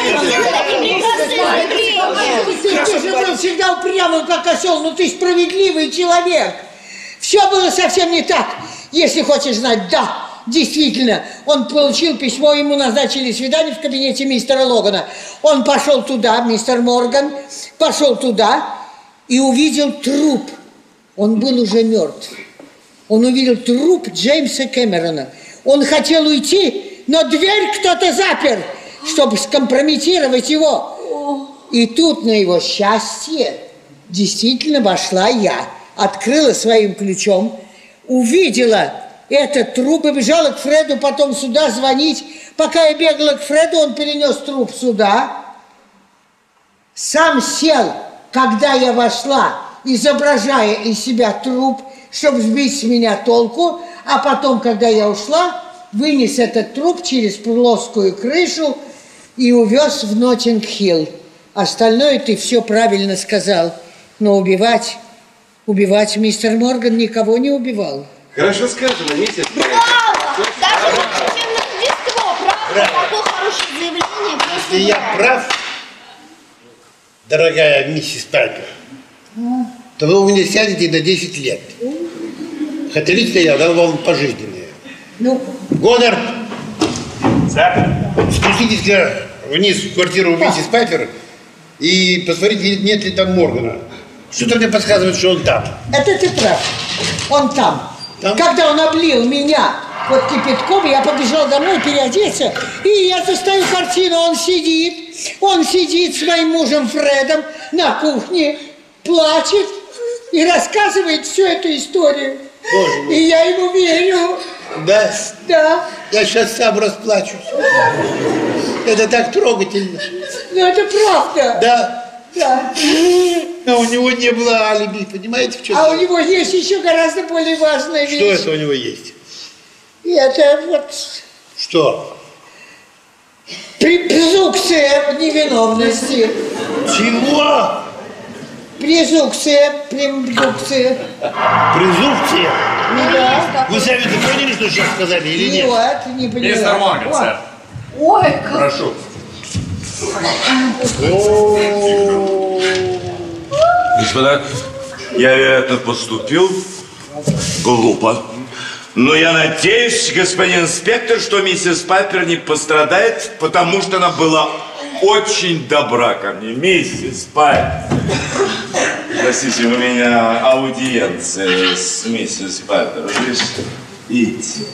свидетель. Ты же был всегда упрямым, как осел, но ты справедливый человек. Все было совсем не так. Если хочешь знать, да, действительно, он получил письмо, ему назначили свидание в кабинете мистера Логана. Он пошел туда, мистер Морган, пошел туда и увидел труп. Он был уже мертв. Он увидел труп Джеймса Кэмерона. Он хотел уйти, но дверь кто-то запер, чтобы скомпрометировать его. И тут, на его счастье, действительно вошла я. Открыла своим ключом, увидела этот труп и бежала к Фреду потом сюда звонить. Пока я бегала к Фреду, он перенес труп сюда. Сам сел, когда я вошла, изображая из себя труп, чтобы сбить с меня толку, а потом, когда я ушла, вынес этот труп через плоскую крышу и увез в Ноттинг-Хилл. Остальное ты все правильно сказал, но убивать, убивать мистер Морган никого не убивал. Хорошо сказано, миссис. Браво! Даже лучше, чем на Рождество, правда? Такое хорошее заявление. Если я прав, дорогая миссис Пайпер, то вы у меня сядете на десять лет. Хотя лично я дал вам пожизненное. Ну? Гонор! Спуститесь вниз в квартиру миссис Пайпер и посмотрите, нет ли там Моргана. Что-то мне подсказывает, что он там. Это ты прав. Он там. Там? Когда он облил меня вот кипятком, я побежал домой переодеться, и я застаю картину, он сидит, он сидит с моим мужем Фредом на кухне, плачет и рассказывает всю эту историю. Боже мой. И я ему верю. Да? Да. Я сейчас сам расплачусь. Это так трогательно. Но это правда. Да. Да. А у него не было алиби, понимаете, в чем? А у него есть еще гораздо более важная вещь. Что это у него есть? И это вот... Что? Презумпция невиновности. Чего? Презумпция, презумпция. Презумпция? Да. Вы сами-то поняли, что сейчас сказали, или нет? Нет, не поняла. Мистер Морган, сэр. Ой, как... Прошу. Господа, я, вероятно, поступил глупо. Но я надеюсь, господин инспектор, что миссис Пайпер не пострадает, потому что она была очень добра ко мне. Миссис Пайпер. Простите, у меня аудиенция с миссис Пайпер. Идите.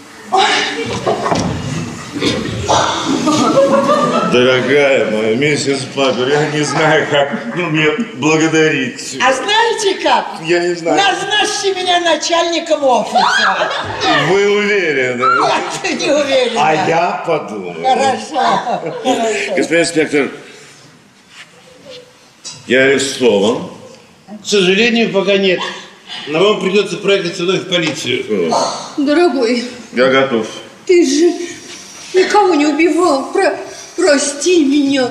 Дорогая моя миссис Пайпер, я не знаю, как мне благодарить. А знаете как? Я не знаю. Назначьте меня начальником офиса. Вы уверены? Нет, не уверена. А я подумаю. Хорошо. Хорошо. Господин инспектор, я арестован. К сожалению, пока нет. Но вам придется проехать со мной в полицию. Дорогой, Я готов. ты же никого не убивал. Про... Прости меня.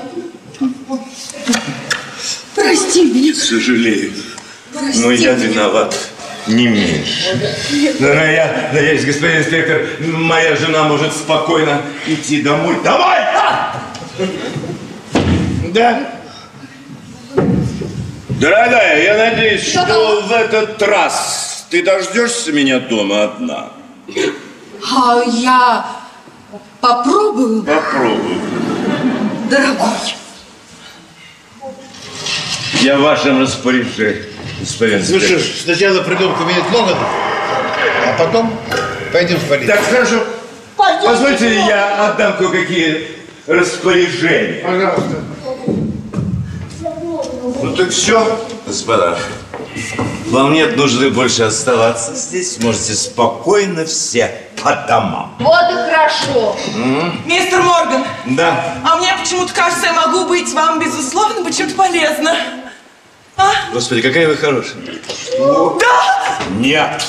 Прости меня. Сожалею. Прости Но я меня. виноват не меньше. Но я надеюсь, господин инспектор, моя жена может спокойно идти домой. Домой! Да? Дорогая, я надеюсь, Что что там? в этот раз ты дождешься меня дома одна. А я попробую, Попробуй. дорогой. Я в вашем распоряжении, господин Слушай, инспектор. сначала придем кабинет Логана, а потом пойдем в полицию. Так, хорошо. Пойдемте, Позвольте, Логан. я отдам кое-какие распоряжения. Пожалуйста. Ну так все, господа. Вам нет нужды больше оставаться здесь. Можете спокойно все по домам. Вот и хорошо. Мистер Морган, Да. а мне почему-то кажется, я могу быть вам, безусловно, быть чем-то полезна. А? Господи, какая вы хорошая. Да! Нет.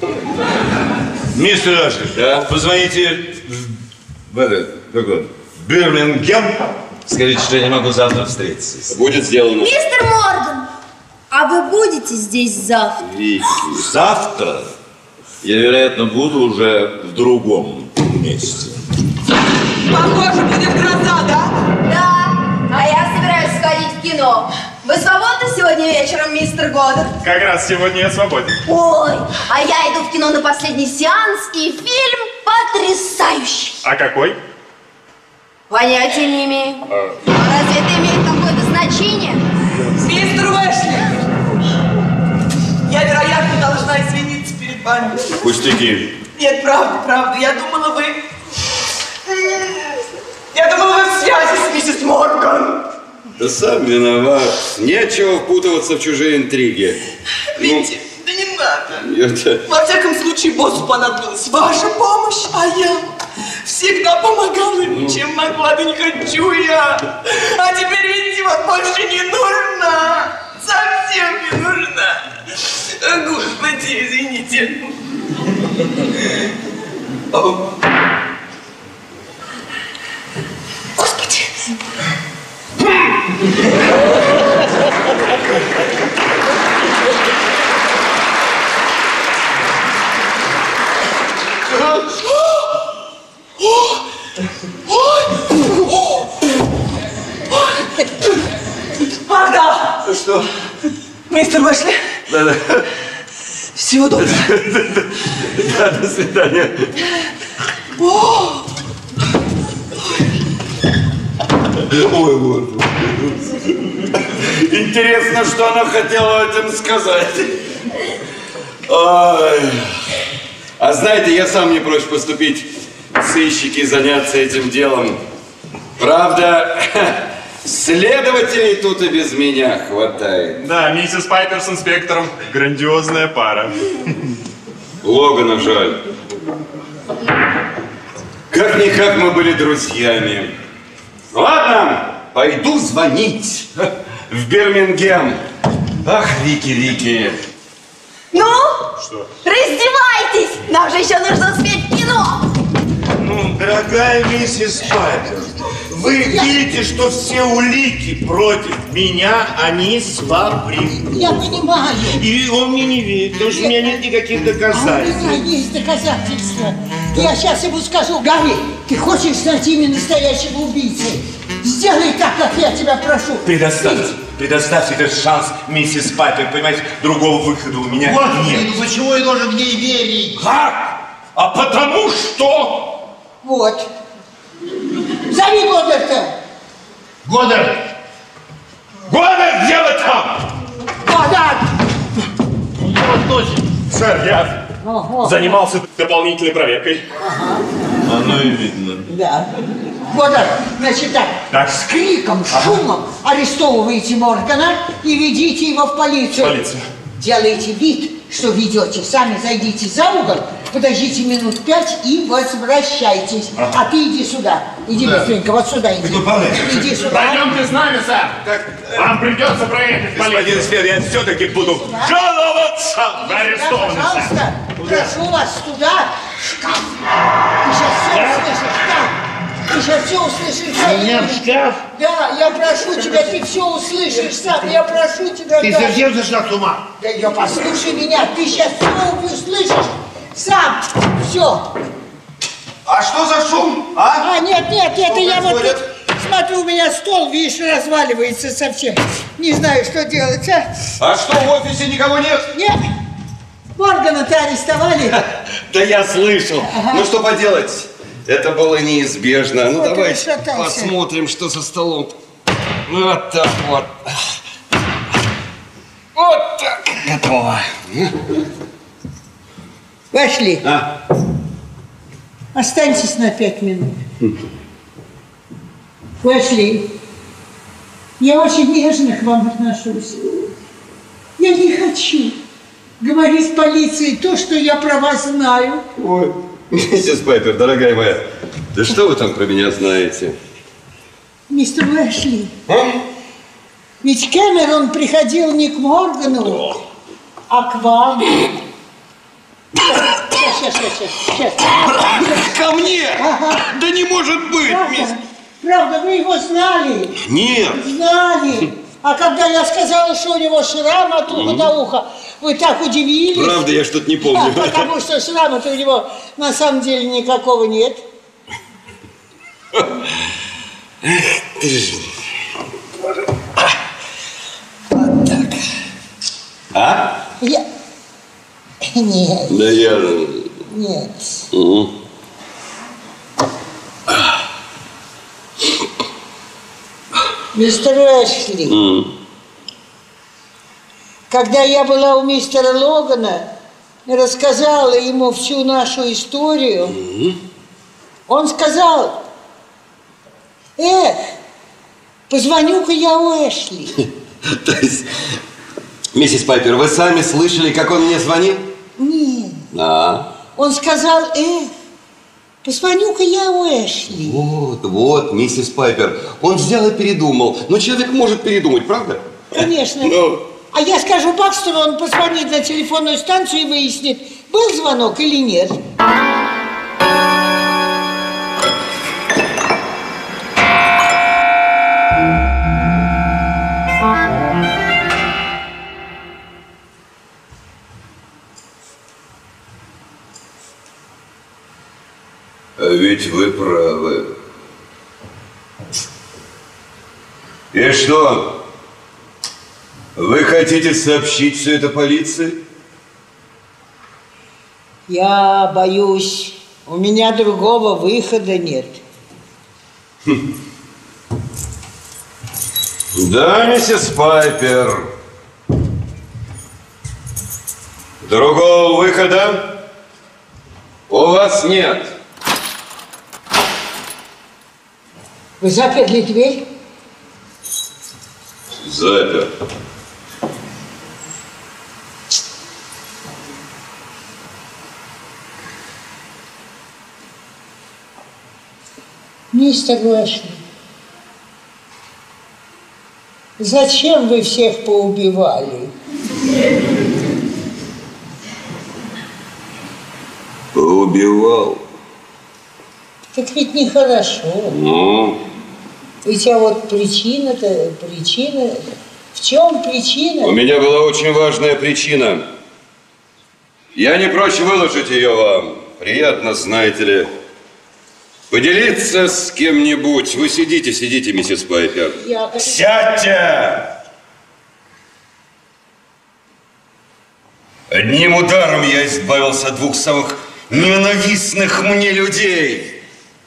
Мистер Ашер, да? Позвоните в, в этот, какой, Бирмингем. Скажите, что я не могу завтра встретиться. Будет сделано. Мистер Морган, а вы будете здесь завтра? Вики, завтра я, вероятно, буду уже в другом месте. Похоже, будет гроза, да? Да, а я собираюсь сходить в кино. Вы свободны сегодня вечером, мистер Годдард? Как раз сегодня я свободен. Ой, а я иду в кино на последний сеанс, и фильм потрясающий. А какой? Понятия не имею. А разве это имеет какое-то значение? Мистер Уэшли, я, вероятно, должна извиниться перед вами. Пустяки. Нет, правда, правда. Я думала, вы... Я думала, вы в связи с миссис Морган. Да сам виноват. Нечего впутываться в чужие интриги. Видите, да не надо. Это... Во всяком случае, боссу понадобилась ваша помощь, а я всегда помогала ему, чем могла, да не хочу я. А теперь, видите, вот больше не нужна. Совсем не нужна. Господи, извините. Господи. Ах, да! Что? Мистер Уэшли, Да-да. всего доброго. Да, до свидания. О! Ой, Господи. Интересно, что она хотела этим сказать. Ой. А знаете, я сам не прочь поступить в сыщики и заняться этим делом. Правда, следователей тут и без меня хватает. Да, миссис Пайпер с инспектором. Грандиозная пара. Логана жаль. Как-никак мы были друзьями. Ладно, пойду звонить в Бирмингем. Ах, Вики, Вики. Ну, Что? раздевайтесь! Нам же еще нужно успеть в кино! Ну, дорогая миссис Пайпер, вы видите, что все улики против меня, они сфабрикуют. Я понимаю. И он мне не верит, потому что у меня нет никаких А у меня доказательств. есть доказательства. Я сейчас ему скажу: Гарри, ты хочешь найти имя настоящего убийцы? Сделай так, как я тебя прошу. Предоставьте, предоставьте этот шанс, миссис Пайпер, понимаете, другого выхода у меня Господи, нет. ну почему я должен в ней верить? Как? А потому что... Вот. Зови Годдарда. Годдард! Годдард, где вы там? Годдард! Сэр, я занимался дополнительной проверкой. Оно и видно. Да. Годдард, значит так, Так. с криком, шумом арестовываете Моргана и ведите его в полицию. Полицию. Делайте вид, что ведете. Сами зайдите за угол, подождите минут пять и возвращайтесь. А ты иди сюда. Иди быстренько, вот сюда иди. Иди сюда. Пойдемте с нами, сэр. Вам придется проехать в Господин полицию. инспектор, я все-таки буду жаловаться. Вы арестованы, сэр. Пожалуйста, прошу вас туда. Шкаф. Ты сейчас все услышишь, шкаф. Ты сейчас все услышишь. Меня в шкаф? Да, я прошу тебя, ты все услышишь сам. Я прошу тебя. Ты да. совсем зашла с ума? Да, я послушай меня, ты сейчас все услышишь сам. Все. А что за шум? А? А, нет, нет, это я вот... происходит? смотрю, у меня стол, видишь, разваливается совсем. Не знаю, что делать, а? А что, в офисе никого нет? Нет. Моргана-то арестовали. Да я слышал. Ага. Ну что поделать? Это было неизбежно. Ну Вот давайте и шатался. посмотрим, что за столом. Вот так вот. Вот так. Готово. Вошли. А? Останьтесь на пять минут. Вошли. Я очень нежно к вам отношусь. Я не хочу говорить полиции то, что я про вас знаю. Ой, миссис Пайпер, дорогая моя, да что вы там про меня знаете? Мистер Уэшли, А? ведь Кэмерон приходил не к Моргану, а к вам. Сейчас, сейчас, сейчас, сейчас. Ко мне? Ага. Да не может быть, Правда? мисс... Правда, вы его знали? Нет. Знали. А когда я сказала, что у него шрам от уха до уха, вы так удивились. Правда, я что-то не помню. Да, потому что шрама-то у него на самом деле никакого нет. Вот так. А? Я... Нет. Да я... Нет. Угу. Мистер Уэшли, Mm. когда я была у мистера Логана и рассказала ему всю нашу историю, Mm. он сказал: эх, позвоню-ка я Уэшли. То есть, миссис Пайпер, вы сами слышали, как он мне звонил? Нет. А. Он сказал: эх, позвоню-ка я Уэшли. Вот, вот, миссис Пайпер, он взял и передумал. Но человек может передумать, правда? Конечно. Ну. А я скажу Бакстеру, он позвонит на телефонную станцию и выяснит, был звонок или нет. А ведь вы правы. И что? Вы хотите сообщить все это полиции? Я боюсь, у меня другого выхода нет. Да, миссис Пайпер. Другого выхода у вас нет. Вы заперли дверь? Запер. Мистер Уэшли, зачем вы всех поубивали? Поубивал. Так ведь нехорошо. Ну? Ведь а вот причина-то, причина... В чем причина? У меня была очень важная причина. Я не прочь выложить ее вам. Приятно, знаете ли, поделиться с кем-нибудь. Вы сидите, сидите, миссис Пайпер. Я... Сядьте! Одним ударом я избавился от двух самых ненавистных мне людей.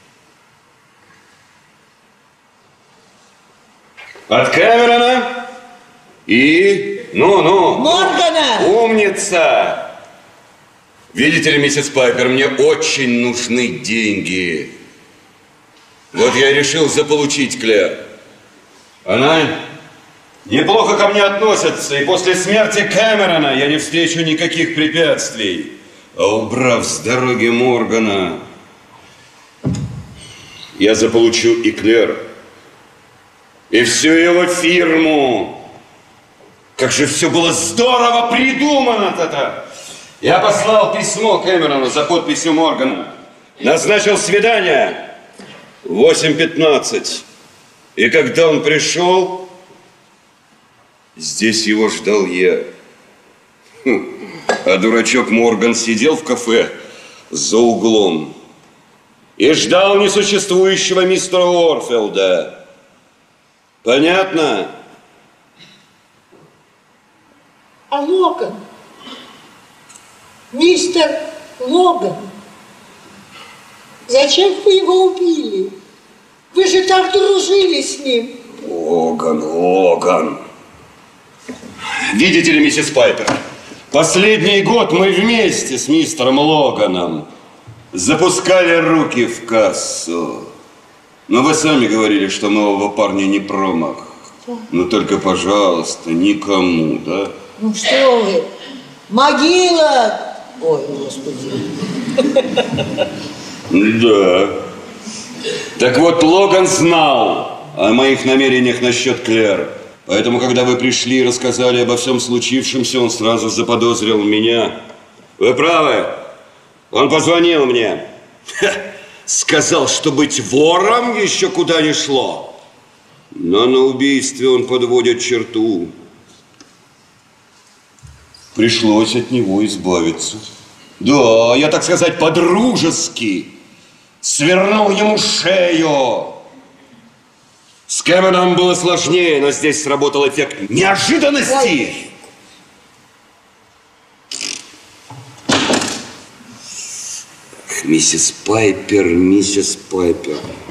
От Кэмерона и... Ну-ну. Моргана! Умница! Видите ли, миссис Пайпер, мне очень нужны деньги. Вот я решил заполучить Клэр. Она неплохо ко мне относится, и после смерти Кэмерона я не встречу никаких препятствий. А убрав с дороги Моргана, я заполучу и Клэр, и всю его фирму. Как же все было здорово придумано-то! Я послал письмо Кэмерону за подписью Моргана. Назначил свидание в восемь пятнадцать. И когда он пришел, здесь его ждал я. Хм. А дурачок Морган сидел в кафе за углом и ждал несуществующего мистера Уорфилда. Понятно? А Логан? Мистер Логан? Зачем вы его убили? Вы же так дружили с ним. Логан, Логан. Видите ли, миссис Пайпер, последний год мы вместе с мистером Логаном запускали руки в кассу. Но вы сами говорили, что нового парня не промах. Ну только, пожалуйста, никому, да? Ну что вы, могила... Ой, господи. Да. Так вот, Логан знал о моих намерениях насчет Клэр. Поэтому, когда вы пришли и рассказали обо всем случившемся, он сразу заподозрил меня. Вы правы. Он позвонил мне. Ха, сказал, что быть вором еще куда ни шло. Но на убийстве он подводит черту. Пришлось от него избавиться. Да, я, так сказать, по-дружески свернул ему шею. С Кэмероном было сложнее, но здесь сработал эффект неожиданности. Ах, миссис Пайпер, миссис Пайпер.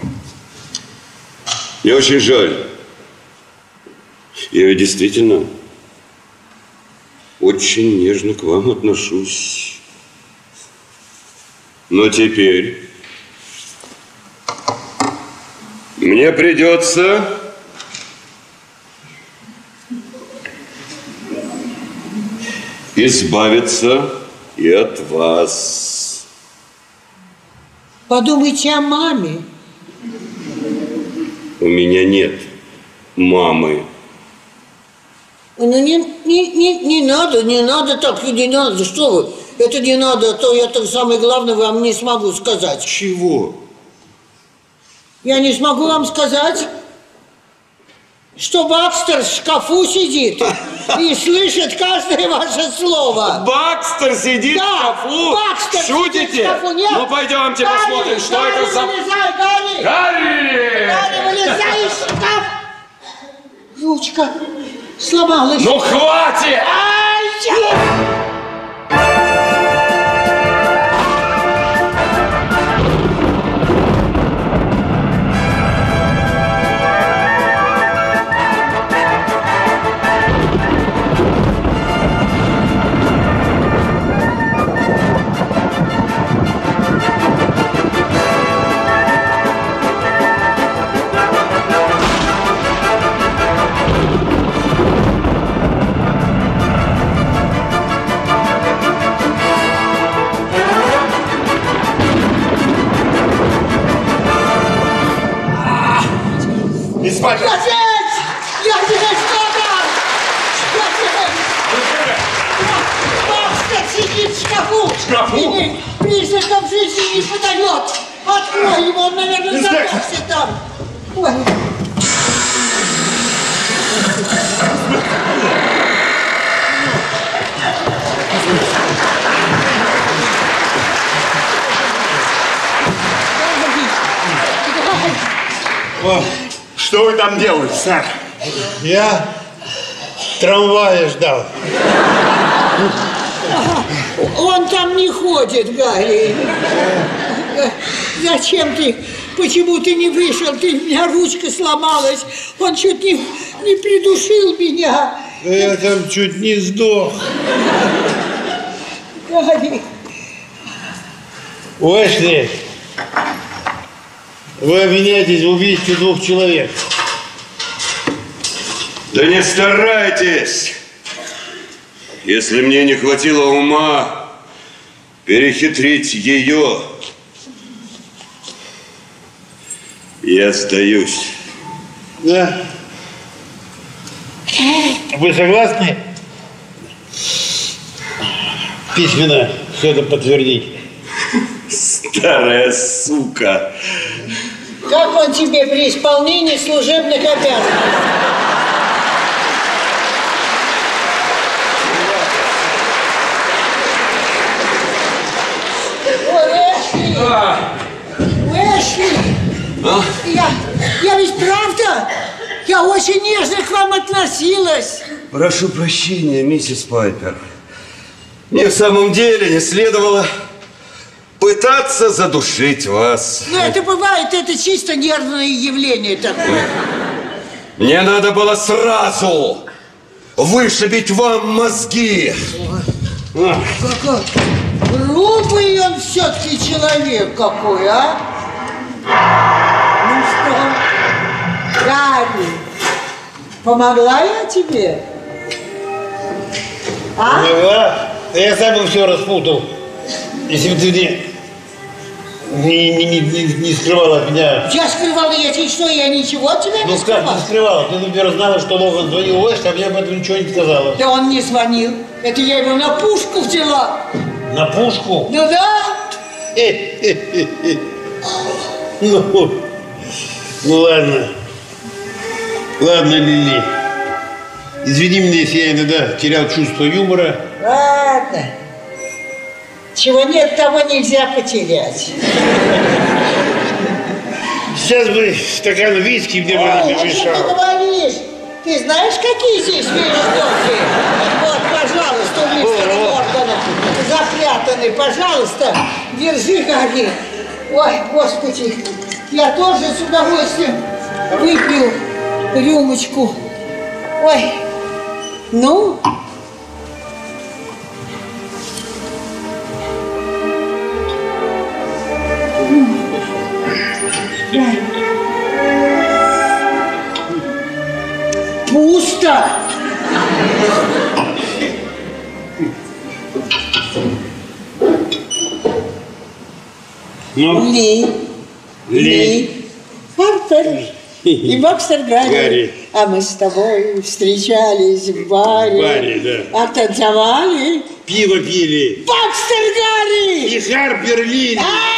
Мне очень жаль. Я ведь действительно очень нежно к вам отношусь. Но теперь мне придется избавиться и от вас. Подумайте о маме. У меня нет мамы. Ну, не, не, не, не надо, не надо так, не надо, что вы? Это не надо, а то я так самое главное вам не смогу сказать. Чего? Я не смогу вам сказать, что Бакстер в шкафу сидит и слышит каждое ваше слово. Бакстер сидит да, в шкафу? Бакстер Шутите? Сидит в шкафу. Нет. Ну, пойдемте Гарри, посмотрим, что Гарри, это за... Вылезай, Гарри! Гарри! Гарри, вылезай из шкафа! Ручка сломалась. Ну, хватит! Ай-я! Исправь! Я здесь! Я здесь, Логан! Я здесь! Бакстер сидит в шкафу! В шкафу? И признаков жизни не подает! Открой его, он, наверное, запался там! Ой. О, Что вы там делаете, сэр? я трамвая ждал. Он там не ходит, Гарри. Зачем ты? Почему ты не вышел? Ты, у меня ручка сломалась. Он чуть не, не придушил меня. Да я там чуть не сдох. Гарри. Уэшли, вы обвиняетесь в убийстве двух человек. Да не старайтесь! Если мне не хватило ума перехитрить ее, я сдаюсь. Да. Вы согласны письменно все это подтвердить? Старая сука. Как он тебе при исполнении служебных обязанностей? Ой, Эшли! А? Эшли! А? Я, я ведь правда Я очень нежно к вам относилась. Прошу прощения, миссис Пайпер. Мне в самом деле не следовало пытаться задушить вас. Ну, это бывает, это чисто нервное явление такое. Мне надо было сразу вышибить вам мозги. Какой грубый он все-таки человек какой, а? Ну что, Гарри, помогла я тебе? А? Помогла? Да я сам бы все распутал. Если бы ты мне не, не, не, не, не скрывала от меня. Я скрывала, я тебе что, я ничего от тебя не Ну как скрывала? не скрывала? Ты, например, знала, что Логан звонил Уэст, а мне об этом ничего не сказала. Да он не звонил. Это я его на пушку взяла. На пушку? Ну да. Ну, ну ладно. Ладно, Лили. Извини меня, если я иногда терял чувство юмора. Ладно. Чего нет, того нельзя потерять. Сейчас бы стакан виски мне бы Ой, не о чем мешал. ты говоришь? Ты знаешь, какие здесь вещдоки? Вот, пожалуйста, у мистера Моргана запрятаны. Пожалуйста, держи, Гарри. Ой, Господи, я тоже с удовольствием выпью рюмочку. Ой, ну... Пусто! Ну? Ли. Ли. Харпер. И Бокстер Гарри. Гарри. А мы с тобой встречались в баре. В баре, да. А танцевали. Пиво пили. Бокстер Гарри! И Харпер Лили. А!